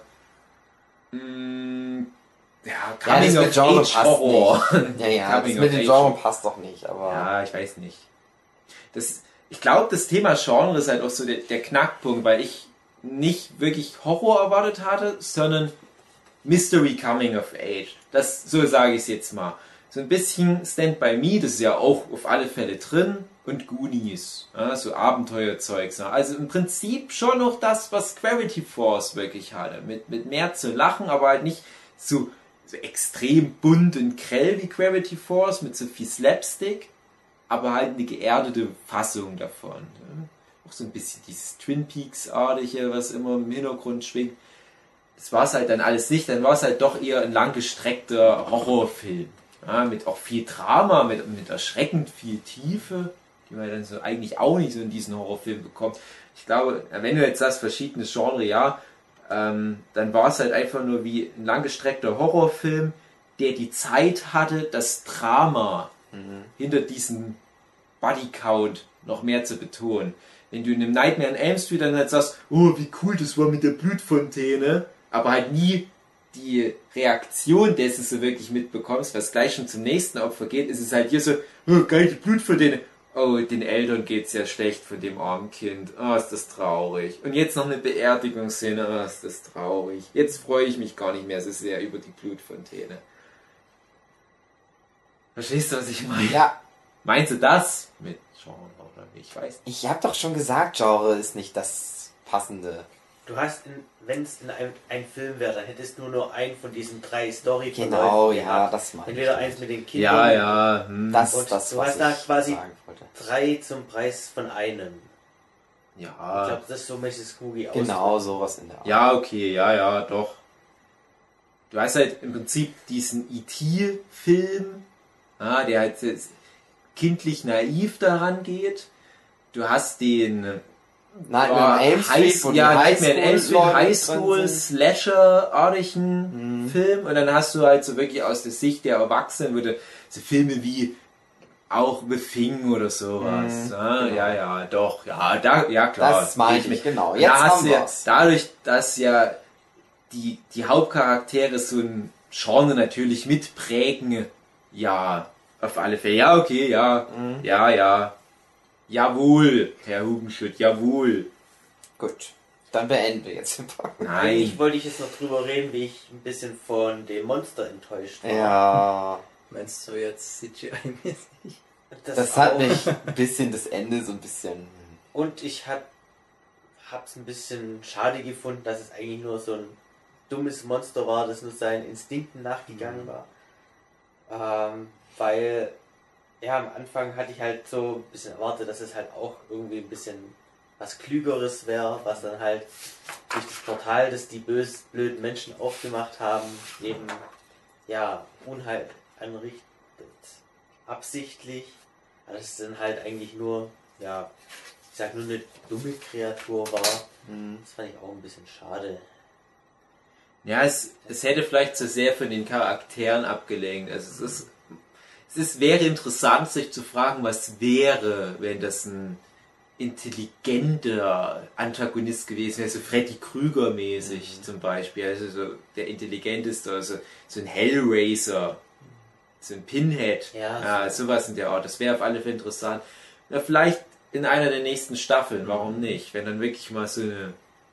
mh, ja, Coming ja, das mit of Genre Age passt Horror. nicht. Ja, ja, das Coming mit of dem Age. Genre passt doch nicht, aber... Ja, ich weiß nicht. Das, ich glaube, das Thema Genre ist halt auch so der, der Knackpunkt, weil ich nicht wirklich Horror erwartet hatte, sondern Mystery Coming of Age. Das, so sage ich es jetzt mal. So ein bisschen Stand By Me, das ist ja auch auf alle Fälle drin, und Goonies, ja, so Abenteuerzeugs. Also im Prinzip schon noch das, was Gravity Force wirklich hatte. Mit, mit mehr zu lachen, aber halt nicht so, so extrem bunt und grell wie Gravity Force, mit so viel Slapstick, aber halt eine geerdete Fassung davon. Ja. Auch so ein bisschen dieses Twin Peaks-artige, was immer im Hintergrund schwingt. Das war es halt dann alles nicht, dann war es halt doch eher ein langgestreckter Horrorfilm. Ja, mit auch viel Drama, mit, mit erschreckend viel Tiefe, die man dann so eigentlich auch nicht so in diesen Horrorfilm bekommt. Ich glaube, wenn du jetzt sagst, verschiedenes Genre, ja, ähm, dann war es halt einfach nur wie ein langgestreckter Horrorfilm, der die Zeit hatte, das Drama mhm. hinter diesem Bodycount noch mehr zu betonen. Wenn du in einem Nightmare on Elm Street dann halt sagst, oh, wie cool das war mit der Blutfontäne, aber halt nie die Reaktion dessen so wirklich mitbekommst, was gleich schon zum nächsten Opfer geht, ist es halt hier so, oh, geil, die Blutfontäne. Oh, den Eltern geht's ja schlecht von dem armen Kind. Oh, ist das traurig. Und jetzt noch eine Beerdigungsszene. Oh, ist das traurig. Jetzt freue ich mich gar nicht mehr so sehr über die Blutfontäne. Verstehst du, was ich meine? Ja. Meinst du das mit Genre oder wie? Ich weiß nicht. Ich habe doch schon gesagt, Genre ist nicht das Passende. Du hast, wenn es in einem ein Film wäre, dann hättest du nur noch einen von diesen drei story Genau, ja, das meine ich. Entweder eins mit den Kindern. Ja, ja. Hm. Das und ist das, du was hast da ich quasi sagen wollte. drei zum Preis von einem. Ja. Ich glaube, das ist so Misses Cookie aus. Genau, sowas in der Art. Ja, okay, ja, ja, doch. Du hast halt im Prinzip diesen E T-Film, ah, der halt jetzt kindlich naiv daran geht. Du hast den Nightmare on Elm Street, wo die ja, Nightmare on Elm Street, Highschool-Leute Highschool, drin sind. Slasher-artigen Mhm. Film. Und dann hast du halt so wirklich aus der Sicht der Erwachsenen würde so Filme wie auch The Thing oder sowas. Mhm, ja, genau. ja, ja, doch, ja, da, ja klar. Das meine ich, mit. genau. Da Jetzt hast haben du ja, wir's. dadurch, dass ja die, die Hauptcharaktere so ein Genre natürlich mitprägen, ja, auf alle Fälle. Ja, okay, ja, Mhm. ja, ja. Jawohl, Herr Hugenschütt, jawohl. Gut, dann beenden wir jetzt den Podcast. Eigentlich Nein. wollte ich jetzt noch drüber reden, wie ich ein bisschen von dem Monster enttäuscht war. Ja, Meinst du jetzt C G I-mäßig? das hat auch. mich ein bisschen das Ende so ein bisschen... Und ich hab, hab's ein bisschen schade gefunden, dass es eigentlich nur so ein dummes Monster war, das nur seinen Instinkten nachgegangen war. Ähm, weil, ja, am Anfang hatte ich halt so ein bisschen erwartet, dass es halt auch irgendwie ein bisschen was Klügeres wäre, was dann halt durch das Portal, das die bös, blöden Menschen aufgemacht haben, eben, ja, Unheil anrichtet, absichtlich. Also dass es dann halt eigentlich nur, ja, ich sag nur eine dumme Kreatur war. Mhm. Das fand ich auch ein bisschen schade. Ja, es, es hätte vielleicht zu sehr von den Charakteren abgelenkt. Also es ist, es ist, wäre interessant, sich zu fragen, was wäre, wenn das ein intelligenter Antagonist gewesen wäre, so Freddy Krüger mäßig mhm. zum Beispiel, also so der intelligenteste, also so ein Hellraiser, so ein Pinhead, Ja, ja, sowas in der Art. Das wäre auf alle Fälle interessant. Na, vielleicht in einer der nächsten Staffeln, warum nicht? Wenn dann wirklich mal so eine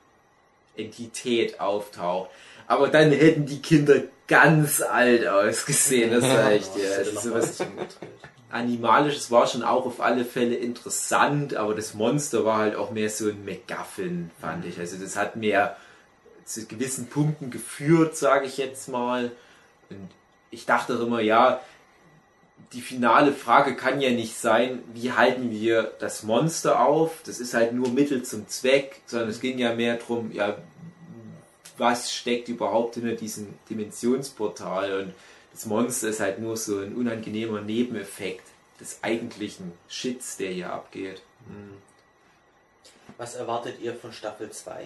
Entität auftaucht. Aber dann hätten die Kinder ganz alt ausgesehen, das sage ich dir. Also sowas Animalisches war schon auch auf alle Fälle interessant, aber das Monster war halt auch mehr so ein MacGuffin, fand ich. Also das hat mehr zu gewissen Punkten geführt, sage ich jetzt mal. Und ich dachte auch immer, ja, die finale Frage kann ja nicht sein, wie halten wir das Monster auf? Das ist halt nur Mittel zum Zweck, sondern es ging ja mehr darum, ja, was steckt überhaupt hinter diesem Dimensionsportal? Und das Monster ist halt nur so ein unangenehmer Nebeneffekt des eigentlichen Shits, der hier abgeht. Hm. Was erwartet ihr von Staffel zwei?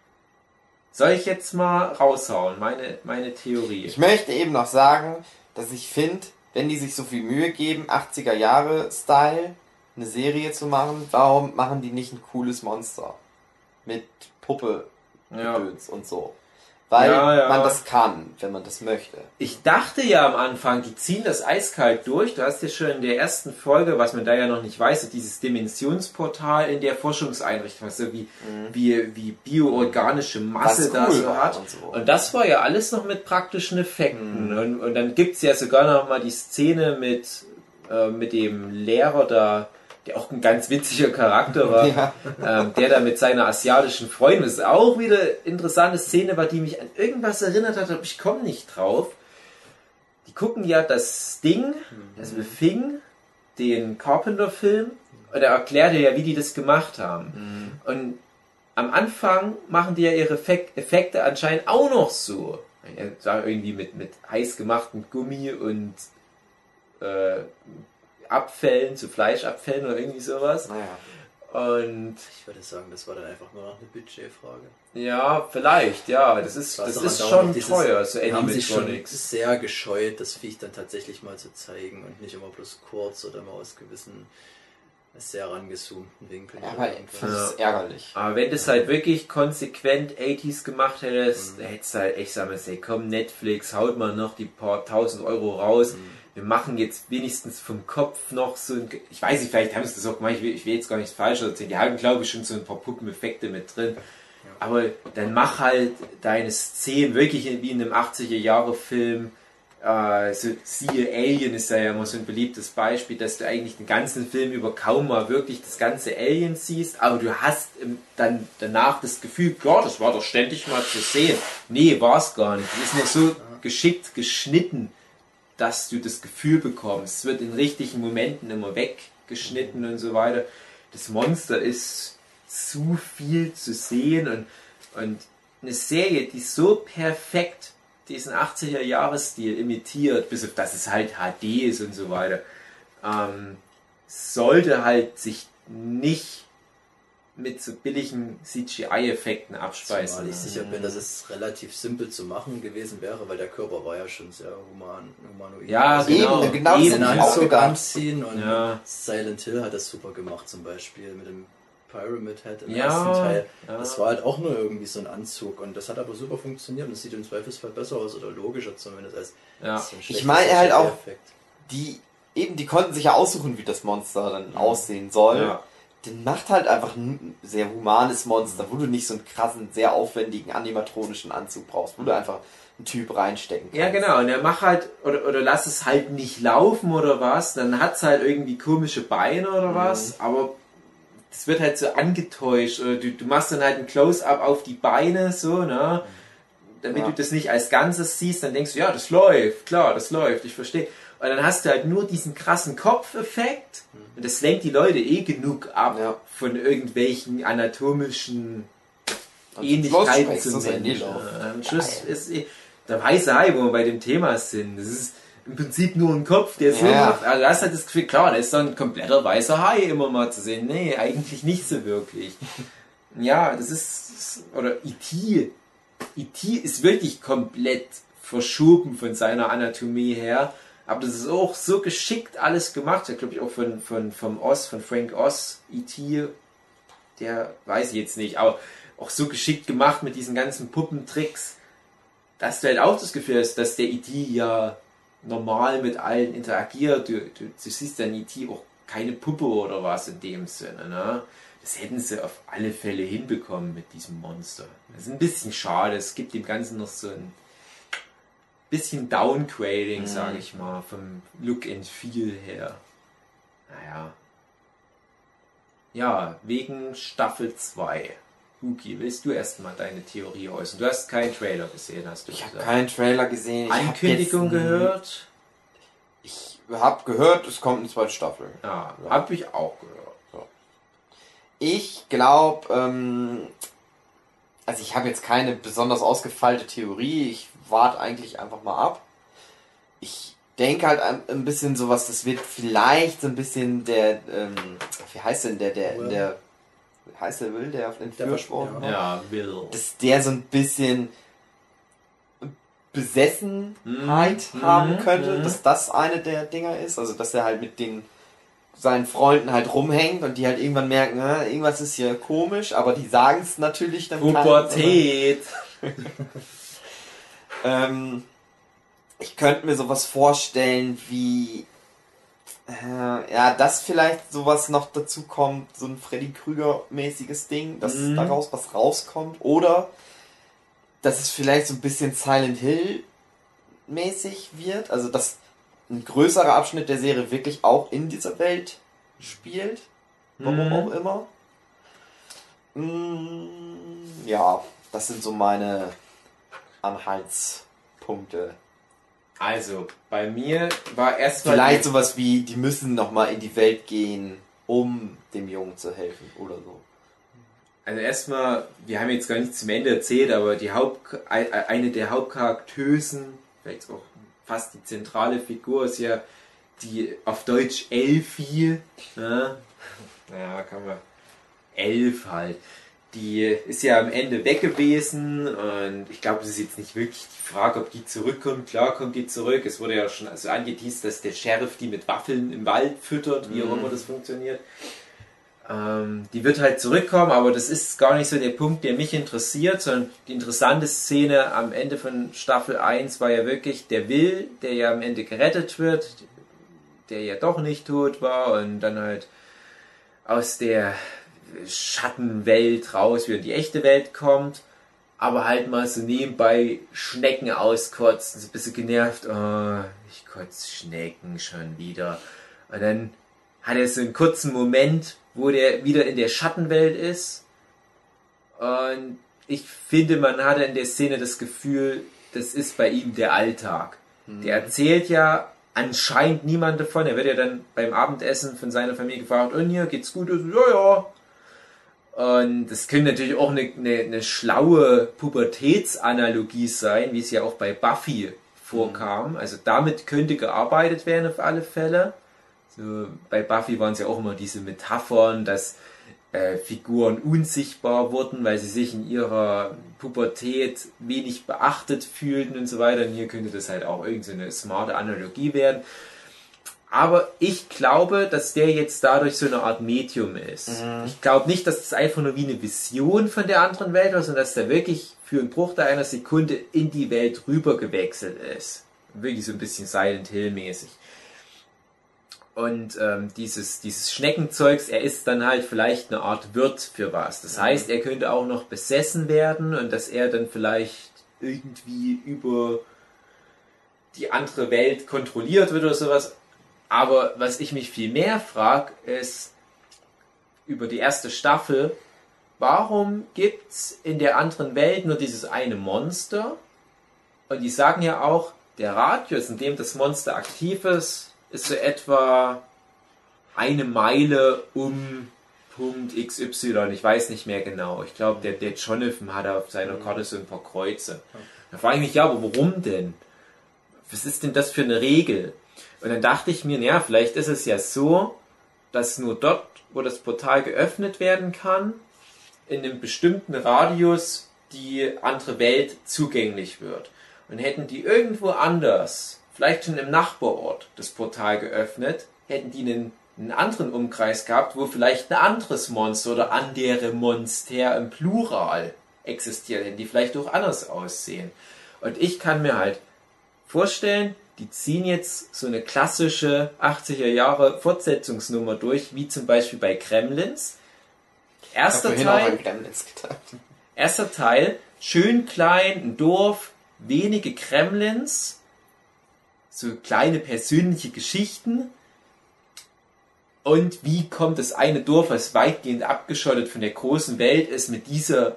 Soll ich jetzt mal raushauen, meine, meine Theorie? Ich möchte eben noch sagen, dass ich finde, wenn die sich so viel Mühe geben, achtziger Jahre Style, eine Serie zu machen, warum machen die nicht ein cooles Monster? Mit Puppe, Ja. Gedöns und so. Weil Ja, ja. man das kann, wenn man das möchte. Ich dachte ja am Anfang, die ziehen das eiskalt durch. Du hast ja schon in der ersten Folge, was man da ja noch nicht weiß, so dieses Dimensionsportal in der Forschungseinrichtung, also wie, Mhm. wie, wie bioorganische Masse Was da cool so war hat. und so. Und das war ja alles noch mit praktischen Effekten. Mhm. Und, und dann gibt's ja sogar noch mal die Szene mit, äh, mit dem Lehrer da, der auch ein ganz witziger Charakter war, Ja. ähm, der da mit seiner asiatischen Freundin, das ist auch wieder eine interessante Szene war, die mich an irgendwas erinnert hat, aber ich komme nicht drauf. Die gucken ja das Ding, also The Thing, den Carpenter-Film, und er erklärte ja, wie die das gemacht haben. Und am Anfang machen die ja ihre Effek- Effekte anscheinend auch noch so. Er sagt irgendwie mit, mit heiß gemachtem Gummi und äh, Abfällen, zu Fleischabfällen oder irgendwie sowas. Naja. Und Ich würde sagen, das war dann einfach nur noch eine Budgetfrage. ja, vielleicht, ja, das ist, Was das auch ist andauernd schon dieses- teuer, so Die haben sich schon Animatronics. sehr gescheut, das Viech dann tatsächlich mal zu zeigen und nicht immer bloß kurz oder mal aus gewissen sehr rangezoomten Winkeln. Ja, oder aber ich irgendwas. finde es ärgerlich. Aber wenn du es halt wirklich konsequent achtziger gemacht hättest, Mhm. hättest du halt echt sagen müssen, hey, komm, Netflix, haut mal noch die paar tausend Euro raus. Mhm. Wir machen jetzt wenigstens vom Kopf noch so ein... Ich weiß nicht, vielleicht haben sie das auch gemacht, ich will, ich will jetzt gar nichts falsch erzählen. Die haben, glaube ich, schon so ein paar Puppeneffekte mit drin. Aber dann mach halt deine Szenen wirklich wie in einem achtziger-Jahre-Film. Äh, so, siehe Alien ist ja immer so ein beliebtes Beispiel, dass du eigentlich den ganzen Film über kaum mal wirklich das ganze Alien siehst, aber du hast im, dann danach das Gefühl, ja, das war doch ständig mal zu sehen. Nee, war es gar nicht. Das ist nur so geschickt geschnitten, dass du das Gefühl bekommst. Es wird in richtigen Momenten immer weggeschnitten und so weiter. Das Monster ist zu viel zu sehen und, und eine Serie, die so perfekt diesen achtziger-Jahres-Stil imitiert, bis auf dass es halt H D ist und so weiter, ähm, sollte halt sich nicht mit so billigen C G I-Effekten abspeisen. Zumal ich sicher bin, dass es relativ simpel zu machen gewesen wäre, weil der Körper war ja schon sehr human, humanoid. Ja, Also genau. Eben, genau das Eben. den hab ich auch Anzug gedacht. anziehen und Ja. Silent Hill hat das super gemacht zum Beispiel mit dem Pyramid Head im Ja, ersten Teil. ja. Das war halt auch nur irgendwie so ein Anzug und das hat aber super funktioniert und es sieht im Zweifelsfall besser aus oder logischer zumindest als Ja. so ein Ich meine schlechter halt auch- C G I-Effekt. Die, eben, die konnten sich ja aussuchen, wie das Monster dann aussehen soll. Ja. Den macht halt einfach ein sehr humanes Monster, wo du nicht so einen krassen, sehr aufwendigen animatronischen Anzug brauchst, wo du einfach einen Typ reinstecken kannst. Ja, genau. Und er macht halt, oder, oder lass es halt nicht laufen oder was, dann hat es halt irgendwie komische Beine oder was, aber es wird halt so angetäuscht. Oder du, du machst dann halt ein Close-Up auf die Beine, so, ne? Damit Ja. du das nicht als Ganzes siehst, dann denkst du, ja, das läuft, klar, das läuft, ich verstehe. Und dann hast du halt nur diesen krassen Kopfeffekt und das lenkt die Leute eh genug ab Ja. von irgendwelchen anatomischen Und Ähnlichkeiten zum Schluss zum schmeckt's das Menschen. Vanille. Ja, Am Schluss ist eh der weiße Hai, wo wir bei dem Thema sind. Das ist im Prinzip nur ein Kopf, der Sinn Ja. macht. Also du hast halt das Gefühl, klar, da ist so ein kompletter weißer Hai immer mal zu sehen. Nee, eigentlich nicht so wirklich. Ja, das ist, oder E T E T ist wirklich komplett verschoben von seiner Anatomie her. Aber das ist auch so geschickt alles gemacht. Ja, glaube ich auch von, von, vom Oz, von Frank Oz, E T der weiß ich jetzt nicht, aber auch so geschickt gemacht mit diesen ganzen Puppentricks, dass du halt auch das Gefühl hast, dass der E T ja normal mit allen interagiert. Du, du, du siehst dann E T auch keine Puppe oder was in dem Sinne. Ne? Das hätten sie auf alle Fälle hinbekommen mit diesem Monster. Das ist ein bisschen schade. Es gibt dem Ganzen noch so ein bisschen Downgrading, Mhm. sage ich mal, vom Look and Feel her. Naja. Ja, wegen Staffel zwei. Huki, willst du erstmal deine Theorie äußern? Du hast keinen Trailer gesehen, hast du Ich habe gesagt. keinen Trailer gesehen. Ich hab Ankündigung jetzt- gehört? Ich habe gehört, es kommt eine zweite Staffel. Ja, habe ich auch gehört. Ich glaube, ähm, also ich habe jetzt keine besonders ausgefeilte Theorie. Ich warte eigentlich einfach mal ab. Ich denke halt ein, ein bisschen sowas, das wird vielleicht so ein bisschen der, ähm, wie heißt denn der, der, Will. der, wie heißt der Will, der entführt worden war? Ja, Will. Dass der so ein bisschen Besessenheit Mhm. haben könnte, Mhm. dass das eine der Dinger ist. Also dass er halt mit den seinen Freunden halt rumhängt und die halt irgendwann merken, na, irgendwas ist hier komisch, aber die sagen es natürlich dann keinem, Pubertät. ähm, ich könnte mir sowas vorstellen wie äh, ja, dass vielleicht sowas noch dazu kommt, so ein Freddy Krüger-mäßiges Ding, dass Mhm. daraus was rauskommt, oder dass es vielleicht so ein bisschen Silent Hill mäßig wird, also dass ein größerer Abschnitt der Serie wirklich auch in dieser Welt spielt, warum Mhm. auch immer. Mm, ja, das sind so meine Anhaltspunkte. Also, bei mir war erstmal... Vielleicht sowas wie, die müssen nochmal in die Welt gehen, um dem Jungen zu helfen oder so. Also erstmal, wir haben jetzt gar nicht zum Ende erzählt, aber die Haupt, eine der Hauptcharaktösen, vielleicht auch fast die zentrale Figur, ist ja die auf Deutsch Elfie. Ne? Naja, kann man. Elf halt. Die ist ja am Ende weg gewesen und ich glaube, es ist jetzt nicht wirklich die Frage, ob die zurückkommt. Klar kommt die zurück. Es wurde ja schon so angeteased, dass der Sheriff die mit Waffeln im Wald füttert, wie auch immer das funktioniert. Ähm, die wird halt zurückkommen, aber das ist gar nicht so der Punkt, der mich interessiert, sondern die interessante Szene am Ende von Staffel eins war ja wirklich der Will, der ja am Ende gerettet wird, der ja doch nicht tot war und dann halt aus der Schattenwelt raus wieder in die echte Welt kommt, aber halt mal so nebenbei Schnecken auskotzt, so ein bisschen genervt, oh, ich kotze Schnecken schon wieder. Und dann hat er so einen kurzen Moment, wo der wieder in der Schattenwelt ist. Und ich finde, man hatte in der Szene das Gefühl, das ist bei ihm der Alltag. Mhm. Der erzählt ja anscheinend niemand davon. Er wird ja dann beim Abendessen von seiner Familie gefragt, und hier, geht's gut? Und so, ja, ja. Und das könnte natürlich auch eine, eine, eine schlaue Pubertätsanalogie sein, wie es ja auch bei Buffy vorkam. Also damit könnte gearbeitet werden auf alle Fälle. So, bei Buffy waren es ja auch immer diese Metaphern, dass äh, Figuren unsichtbar wurden, weil sie sich in ihrer Pubertät wenig beachtet fühlten und so weiter. Und hier könnte das halt auch irgendeine smarte Analogie werden. Aber ich glaube, dass der jetzt dadurch so eine Art Medium ist. Mhm. Ich glaube nicht, dass das einfach nur wie eine Vision von der anderen Welt war, sondern dass der wirklich für einen Bruchteil einer Sekunde in die Welt rüber gewechselt ist. Wirklich so ein bisschen Silent Hill mäßig. Und ähm, dieses, dieses Schneckenzeugs, er ist dann halt vielleicht eine Art Wirt für was. Das heißt, er könnte auch noch besessen werden und dass er dann vielleicht irgendwie über die andere Welt kontrolliert wird oder sowas. Aber was ich mich viel mehr frage, ist über die erste Staffel, warum gibt es in der anderen Welt nur dieses eine Monster? Und die sagen ja auch, der Radius, in dem das Monster aktiv ist, ist so etwa eine Meile um Punkt X Y. Ich weiß nicht mehr genau. Ich glaube, der, der Jonathan hat auf seiner Karte so ein paar Kreuze. Da frage ich mich, ja, aber warum denn? Was ist denn das für eine Regel? Und dann dachte ich mir, naja, vielleicht ist es ja so, dass nur dort, wo das Portal geöffnet werden kann, in einem bestimmten Radius die andere Welt zugänglich wird. Und hätten die irgendwo anders, vielleicht schon im Nachbarort, das Portal geöffnet, hätten die einen, einen anderen Umkreis gehabt, wo vielleicht ein anderes Monster oder andere Monster im Plural existiert, hätten die vielleicht auch anders aussehen. Und ich kann mir halt vorstellen, die ziehen jetzt so eine klassische achtziger Jahre Fortsetzungsnummer durch, wie zum Beispiel bei Gremlins. Erster Ich hab vorhin Teil, auch an Gremlins gedacht. erster Teil, schön klein, ein Dorf, wenige Gremlins, so kleine persönliche Geschichten. Und wie kommt das eine Dorf, was weitgehend abgeschottet von der großen Welt ist, mit dieser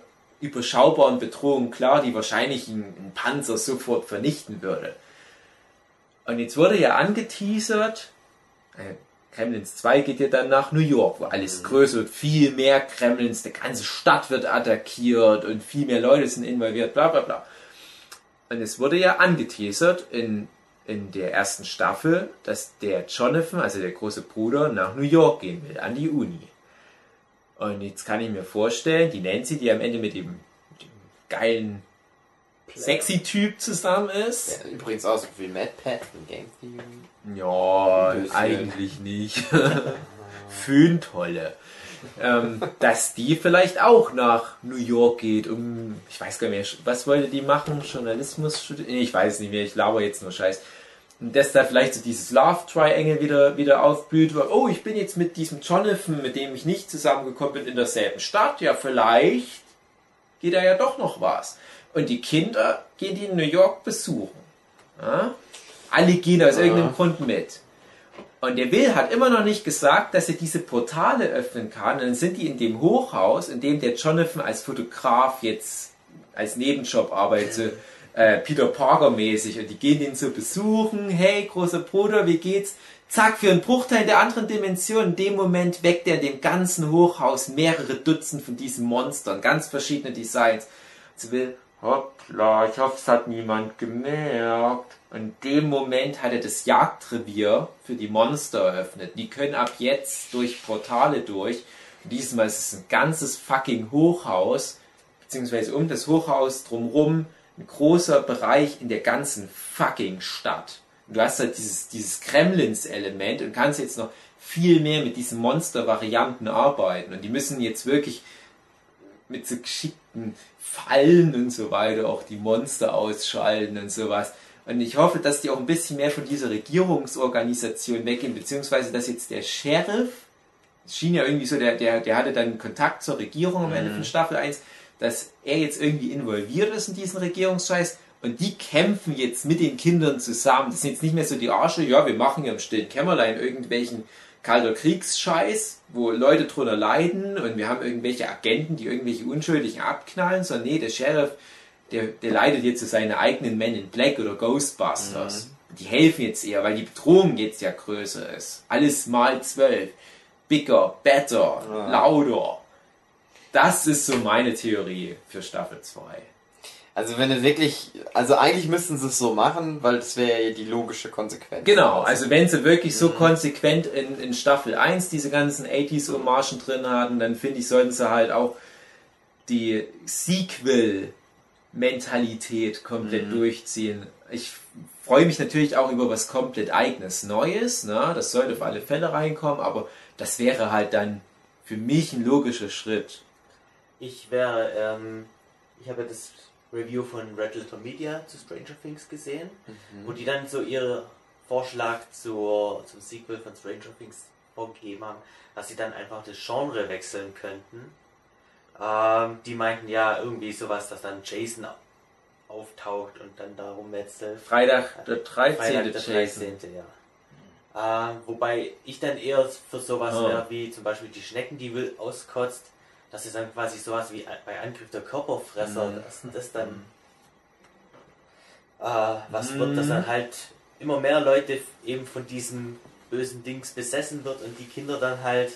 überschaubaren Bedrohung klar, die wahrscheinlich einen Panzer sofort vernichten würde. Und jetzt wurde ja angeteasert, äh, Gremlins zwei geht ja dann nach New York, wo alles größer wird, viel mehr Gremlins, die ganze Stadt wird attackiert und viel mehr Leute sind involviert, bla bla bla. Und es wurde ja angeteasert in, in der ersten Staffel, dass der Jonathan, also der große Bruder, nach New York gehen will, an die Uni. Und jetzt kann ich mir vorstellen, die Nancy, die am Ende mit dem, mit dem geilen sexy Typ zusammen ist. Ja, übrigens auch so wie Mad Pat in Game Theory. Ja, Ein bisschen. eigentlich nicht. Föhntolle. ähm, dass die vielleicht auch nach New York geht, um, ich weiß gar nicht mehr, was wollte die machen? Journalismus studieren? Nee, ich weiß nicht mehr, ich laber jetzt nur Scheiß. Und dass da vielleicht so dieses Love Triangle wieder, wieder aufblüht, weil, oh, ich bin jetzt mit diesem Jonathan, mit dem ich nicht zusammengekommen bin, in derselben Stadt, ja, vielleicht geht da ja doch noch was. Und die Kinder gehen die in New York besuchen. Ja? Alle gehen aus ja. irgendeinem Grund mit. Und der Will hat immer noch nicht gesagt, dass er diese Portale öffnen kann. Und dann sind die in dem Hochhaus, in dem der Jonathan als Fotograf jetzt als Nebenjob arbeitet, so, äh, Peter Parker mäßig. Und die gehen ihn so besuchen. Hey, großer Bruder, wie geht's? Zack, für einen Bruchteil der anderen Dimension. In dem Moment weckt er dem ganzen Hochhaus mehrere Dutzend von diesen Monstern. Ganz verschiedene Designs. Also Will, hoppla, ich hoffe, es hat niemand gemerkt. Und in dem Moment hat er das Jagdrevier für die Monster eröffnet. Die können ab jetzt durch Portale durch. Und diesmal ist es ein ganzes fucking Hochhaus, beziehungsweise um das Hochhaus drumherum ein großer Bereich in der ganzen fucking Stadt. Und du hast halt dieses, dieses Gremlins-Element und kannst jetzt noch viel mehr mit diesen Monster-Varianten arbeiten. Und die müssen jetzt wirklich mit so geschickten Fallen und so weiter auch die Monster ausschalten und sowas. Und ich hoffe, dass die auch ein bisschen mehr von dieser Regierungsorganisation weggehen, beziehungsweise dass jetzt der Sheriff, es schien ja irgendwie so, der, der, der hatte dann Kontakt zur Regierung am Ende von Staffel eins, dass er jetzt irgendwie involviert ist in diesen Regierungsscheiß und die kämpfen jetzt mit den Kindern zusammen. Das sind jetzt nicht mehr so die Arsche, ja, wir machen ja im stillen Kämmerlein irgendwelchen kalter Kriegsscheiß, wo Leute drunter leiden und wir haben irgendwelche Agenten, die irgendwelche Unschuldigen abknallen, sondern nee, der Sheriff, der, der leitet jetzt so seine eigenen Men in Black oder Ghostbusters. Mhm. Die helfen jetzt eher, weil die Bedrohung jetzt ja größer ist. Alles mal zwölf. Bigger, better, ja. lauter. Das ist so meine Theorie für Staffel zwei. Also wenn du wirklich, also eigentlich müssten sie es so machen, weil das wäre ja die logische Konsequenz. Genau, also wenn sie wirklich so mhm. konsequent in, in Staffel eins diese ganzen achtziger-Hommagen drin hatten, dann finde ich, sollten sie halt auch die Sequel-Mentalität komplett mhm. durchziehen. Ich freue mich natürlich auch über was komplett eigenes Neues, ne? Das sollte auf alle Fälle reinkommen, aber das wäre halt dann für mich ein logischer Schritt. Ich wäre, ähm, ich habe das Review von Red Letter Media zu Stranger Things gesehen, mhm. wo die dann so ihren Vorschlag zur, zum Sequel von Stranger Things vorgegeben haben, dass sie dann einfach das Genre wechseln könnten. Ähm, die meinten ja irgendwie sowas, dass dann Jason auftaucht und dann da rummetzelt. Freitag der dreizehnte. Freitag der dreizehnte, ja. Ähm, wobei ich dann eher für sowas oh. wäre, wie zum Beispiel die Schnecken, die Will auskotzt, dass es dann quasi sowas wie bei Angriff der Körperfresser, mm. dass das dann äh, was mm. wird, dass dann halt immer mehr Leute eben von diesem bösen Dings besessen wird und die Kinder dann halt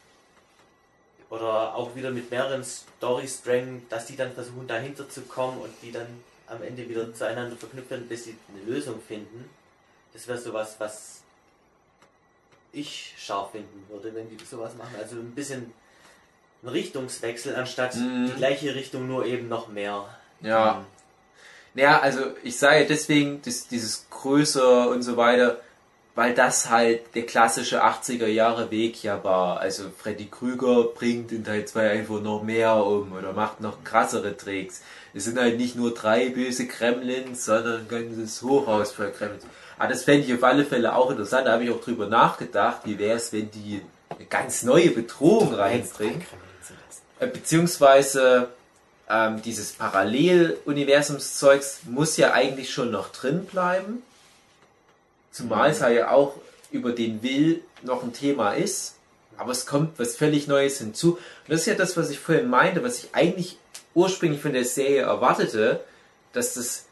oder auch wieder mit mehreren Storysträngen, dass die dann versuchen dahinter zu kommen und die dann am Ende wieder zueinander verknüpft werden, bis sie eine Lösung finden. Das wäre sowas, was ich scharf finden würde, wenn die sowas machen. Also ein bisschen ein Richtungswechsel, anstatt mm. die gleiche Richtung, nur eben noch mehr. Ja. Ja, also ich sage deswegen, dass dieses größer und so weiter, weil das halt der klassische achtziger Jahre Weg ja war. Also Freddy Krüger bringt in Teil zwei einfach noch mehr um oder macht noch krassere Tricks. Es sind halt nicht nur drei böse Gremlins, sondern ein ganzes Hochhaus voll Gremlins. Aber das fände ich auf alle Fälle auch interessant. Da habe ich auch drüber nachgedacht, wie wäre es, wenn die eine ganz neue Bedrohung reinbringen. Beziehungsweise ähm, dieses Paralleluniversumszeugs muss ja eigentlich schon noch drin bleiben. Zumal es ja auch über den Will noch ein Thema ist. Aber es kommt was völlig Neues hinzu. Und das ist ja das, was ich vorhin meinte, was ich eigentlich ursprünglich von der Serie erwartete, dass das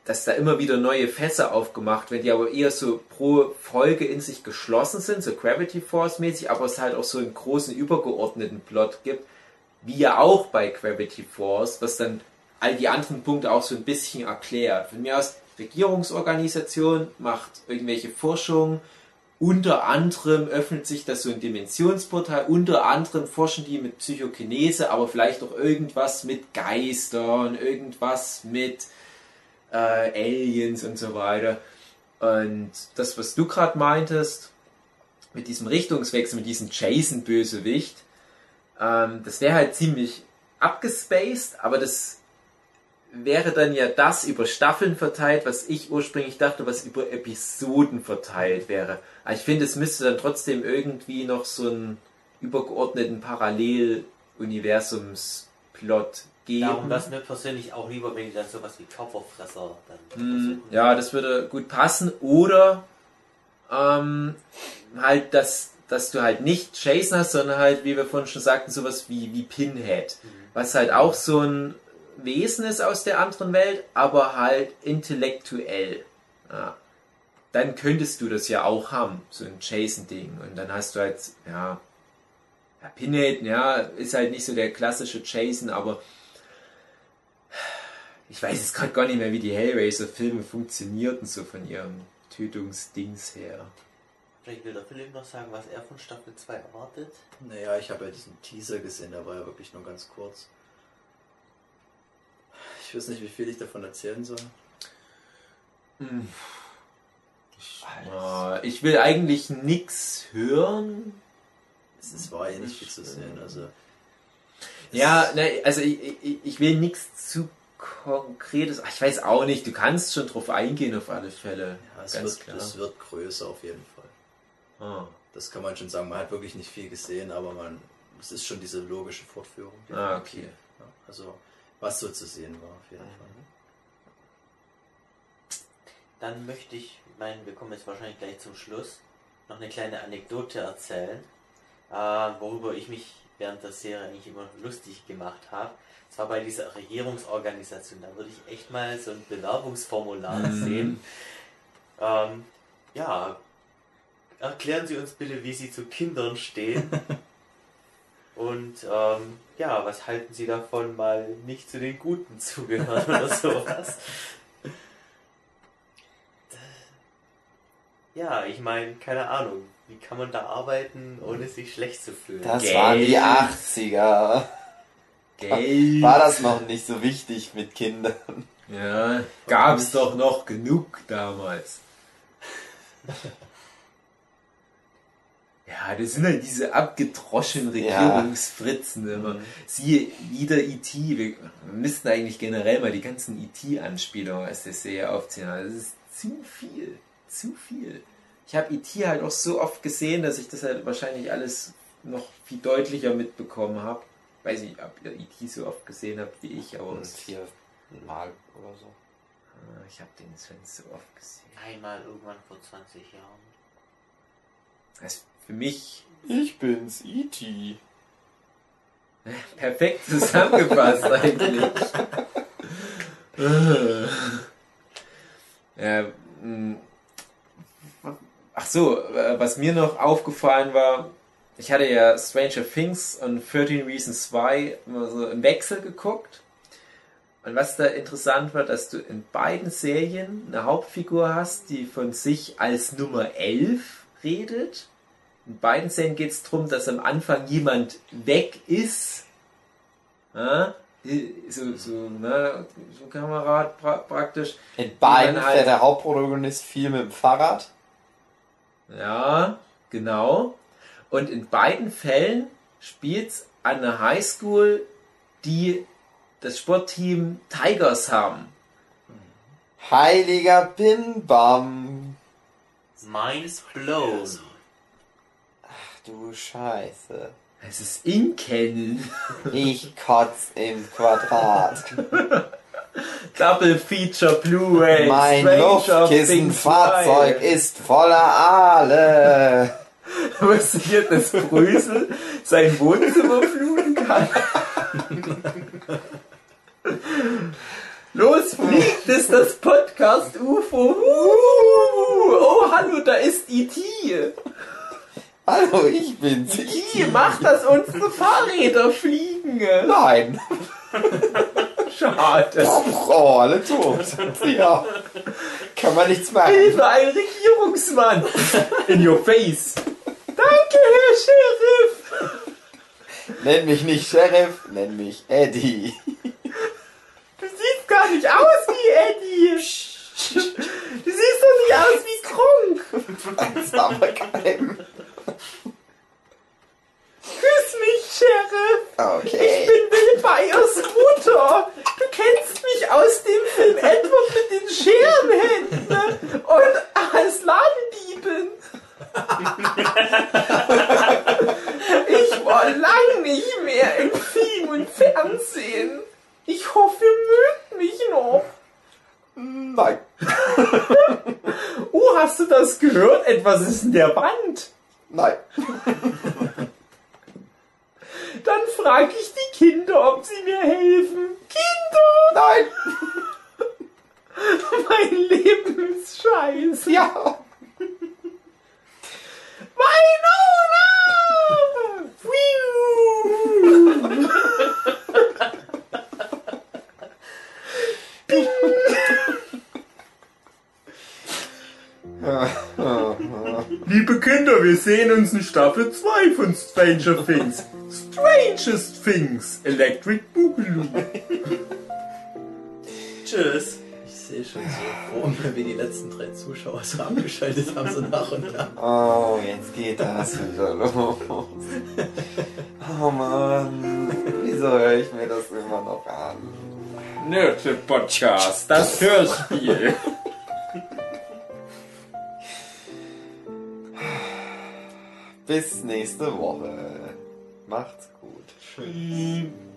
dass da immer wieder neue Fässer aufgemacht werden, die aber eher so pro Folge in sich geschlossen sind, so Gravity Force mäßig, aber es halt auch so einen großen übergeordneten Plot gibt, wie ja auch bei Gravity Force, was dann all die anderen Punkte auch so ein bisschen erklärt. Von mir aus, Regierungsorganisation macht irgendwelche Forschung, unter anderem öffnet sich das so ein Dimensionsportal, unter anderem forschen die mit Psychokinese, aber vielleicht auch irgendwas mit Geistern, irgendwas mit äh, Aliens und so weiter. Und das, was du gerade meintest, mit diesem Richtungswechsel, mit diesem Jason-Bösewicht, ähm, das wäre halt ziemlich abgespaced, aber das wäre dann ja das über Staffeln verteilt, was ich ursprünglich dachte, was über Episoden verteilt wäre. Aber ich finde, es müsste dann trotzdem irgendwie noch so einen übergeordneten Paralleluniversumsplot geben. Darum wäre es mir persönlich auch lieber, wenn die dann sowas wie Körperfresser dann mm, ja, das würde gut passen. Oder ähm, halt, dass, dass du halt nicht Jason hast, sondern halt, wie wir vorhin schon sagten, sowas wie, wie Pinhead. Mhm. Was halt auch so ein Wesen ist aus der anderen Welt, aber halt intellektuell. Ja. Dann könntest du das ja auch haben, so ein Jason-Ding. Und dann hast du halt, ja, ja, Pinhead, ja, ist halt nicht so der klassische Jason, aber ich weiß jetzt gerade gar nicht mehr, wie die Hellraiser-Filme funktionierten, so von ihrem Tötungsdings her. Vielleicht will der Philipp noch sagen, was er von Staffel zwei erwartet. Naja, ich habe ja diesen Teaser gesehen, der war ja wirklich nur ganz kurz. Ich weiß nicht, wie viel ich davon erzählen soll. Hm. Ich, äh, ich will eigentlich nichts hören. Es, es war eh nicht viel zu sehen. Also, ja, ne, also ich, ich, ich will nichts zu Konkretes. Ach, ich weiß auch nicht, du kannst schon drauf eingehen auf alle Fälle. Ja, es, ganz wird, klar. es wird größer auf jeden Fall. Ah. Das kann man schon sagen. Man hat wirklich nicht viel gesehen, aber man, es ist schon diese logische Fortführung. Ah, okay. Ja, also was so zu sehen war auf jeden Mhm. Fall. Dann möchte ich, ich meine, wir kommen jetzt wahrscheinlich gleich zum Schluss, noch eine kleine Anekdote erzählen, äh, worüber ich mich während der Serie eigentlich immer lustig gemacht habe. Das war bei dieser Regierungsorganisation, da würde ich echt mal so ein Bewerbungsformular Mhm. sehen. Ähm, ja, erklären Sie uns bitte, wie Sie zu Kindern stehen. Und ähm, ja, was halten Sie davon, mal nicht zu den Guten zu gehören oder sowas? Ja, ich meine, keine Ahnung, wie kann man da arbeiten, ohne sich schlecht zu fühlen? Das Geld. waren die achtziger. Geld. War das noch nicht so wichtig mit Kindern? Ja, gab's doch noch genug damals. Ja, das sind halt diese abgedroschenen Regierungsfritzen immer. Mhm. Siehe wieder E T. Wir müssten eigentlich generell mal die ganzen E T-Anspielungen aus der Serie aufziehen. Das ist zu viel. Zu viel. Ich habe E T halt auch so oft gesehen, dass ich das halt wahrscheinlich alles noch viel deutlicher mitbekommen habe. Weiß nicht, ob ihr E T so oft gesehen habt wie ich, aber es- Vier Mal oder so. Ah, ich habe den Sven so oft gesehen. Einmal irgendwann vor zwanzig Jahren. Das ist für mich Ich bin's, E T perfekt zusammengefasst eigentlich. ja, mh. Ach so, äh, was mir noch aufgefallen war, ich hatte ja Stranger Things und thirteen Reasons Why immer so im Wechsel geguckt. Und was da interessant war, dass du in beiden Serien eine Hauptfigur hast, die von sich als Nummer elf redet. In beiden Serien geht es darum, dass am Anfang jemand weg ist. Ja? So, so, ne? So ein Kamerad pra praktisch. In beiden Die dann halt- fährt der Hauptprotagonist viel mit dem Fahrrad. Ja, genau. Und in beiden Fällen spielt's an einer Highschool, die das Sportteam Tigers haben. Heiliger Bimbam. Mind's blown. Ach du Scheiße. Es ist in Canon. Ich kotz im Quadrat. Double Feature Blu-ray. Mein Stranger Things Luftkissenfahrzeug zwei. ist voller Aale. Was hier das Brüssel sein Wohnzimmer fluten kann. Los, fliegt ist das Podcast-U F O. Oh, hallo, da ist E T Hallo, ich bin's. E T macht, dass unsere Fahrräder fliegen. Nein. Schade. Oh, alle tot. Ja. Kann man nichts machen. Hilfe, ein Regierungsmann. In your face. Danke, Herr Sheriff. Nenn mich nicht Sheriff, nenn mich Eddie. Du siehst gar nicht aus wie Eddie. Du siehst doch nicht aus wie Kronk. Das ist aber geheim. Küss mich, Sheriff. Okay. Ich bin Will Byers Mutter. Du kennst mich aus dem Film Edward mit den Scherenhänden und als Ladendieben. Ich war lang nicht mehr im Film und Fernsehen. Ich hoffe, ihr mögt mich noch. Nein. Oh, hast du das gehört? Etwas ist in der Wand. Nein. Dann frage ich die Kinder, ob sie mir helfen. Kinder! Nein. Mein Leben ist scheiße. Ja. Winona! Wiu! Liebe Kinder, wir sehen uns in Staffel zwei von Stranger Things. Strangest Things. Electric Boogaloo. Tschüss. Ich sehe schon so vor mir, wie die letzten drei Zuschauer so abgeschaltet haben, so nach und nach. Oh, jetzt geht das wieder los. Oh Mann, wieso höre ich mir das immer noch an? Nerdship Podcast, das Hörspiel. Bis nächste Woche. Macht's gut. Tschüss.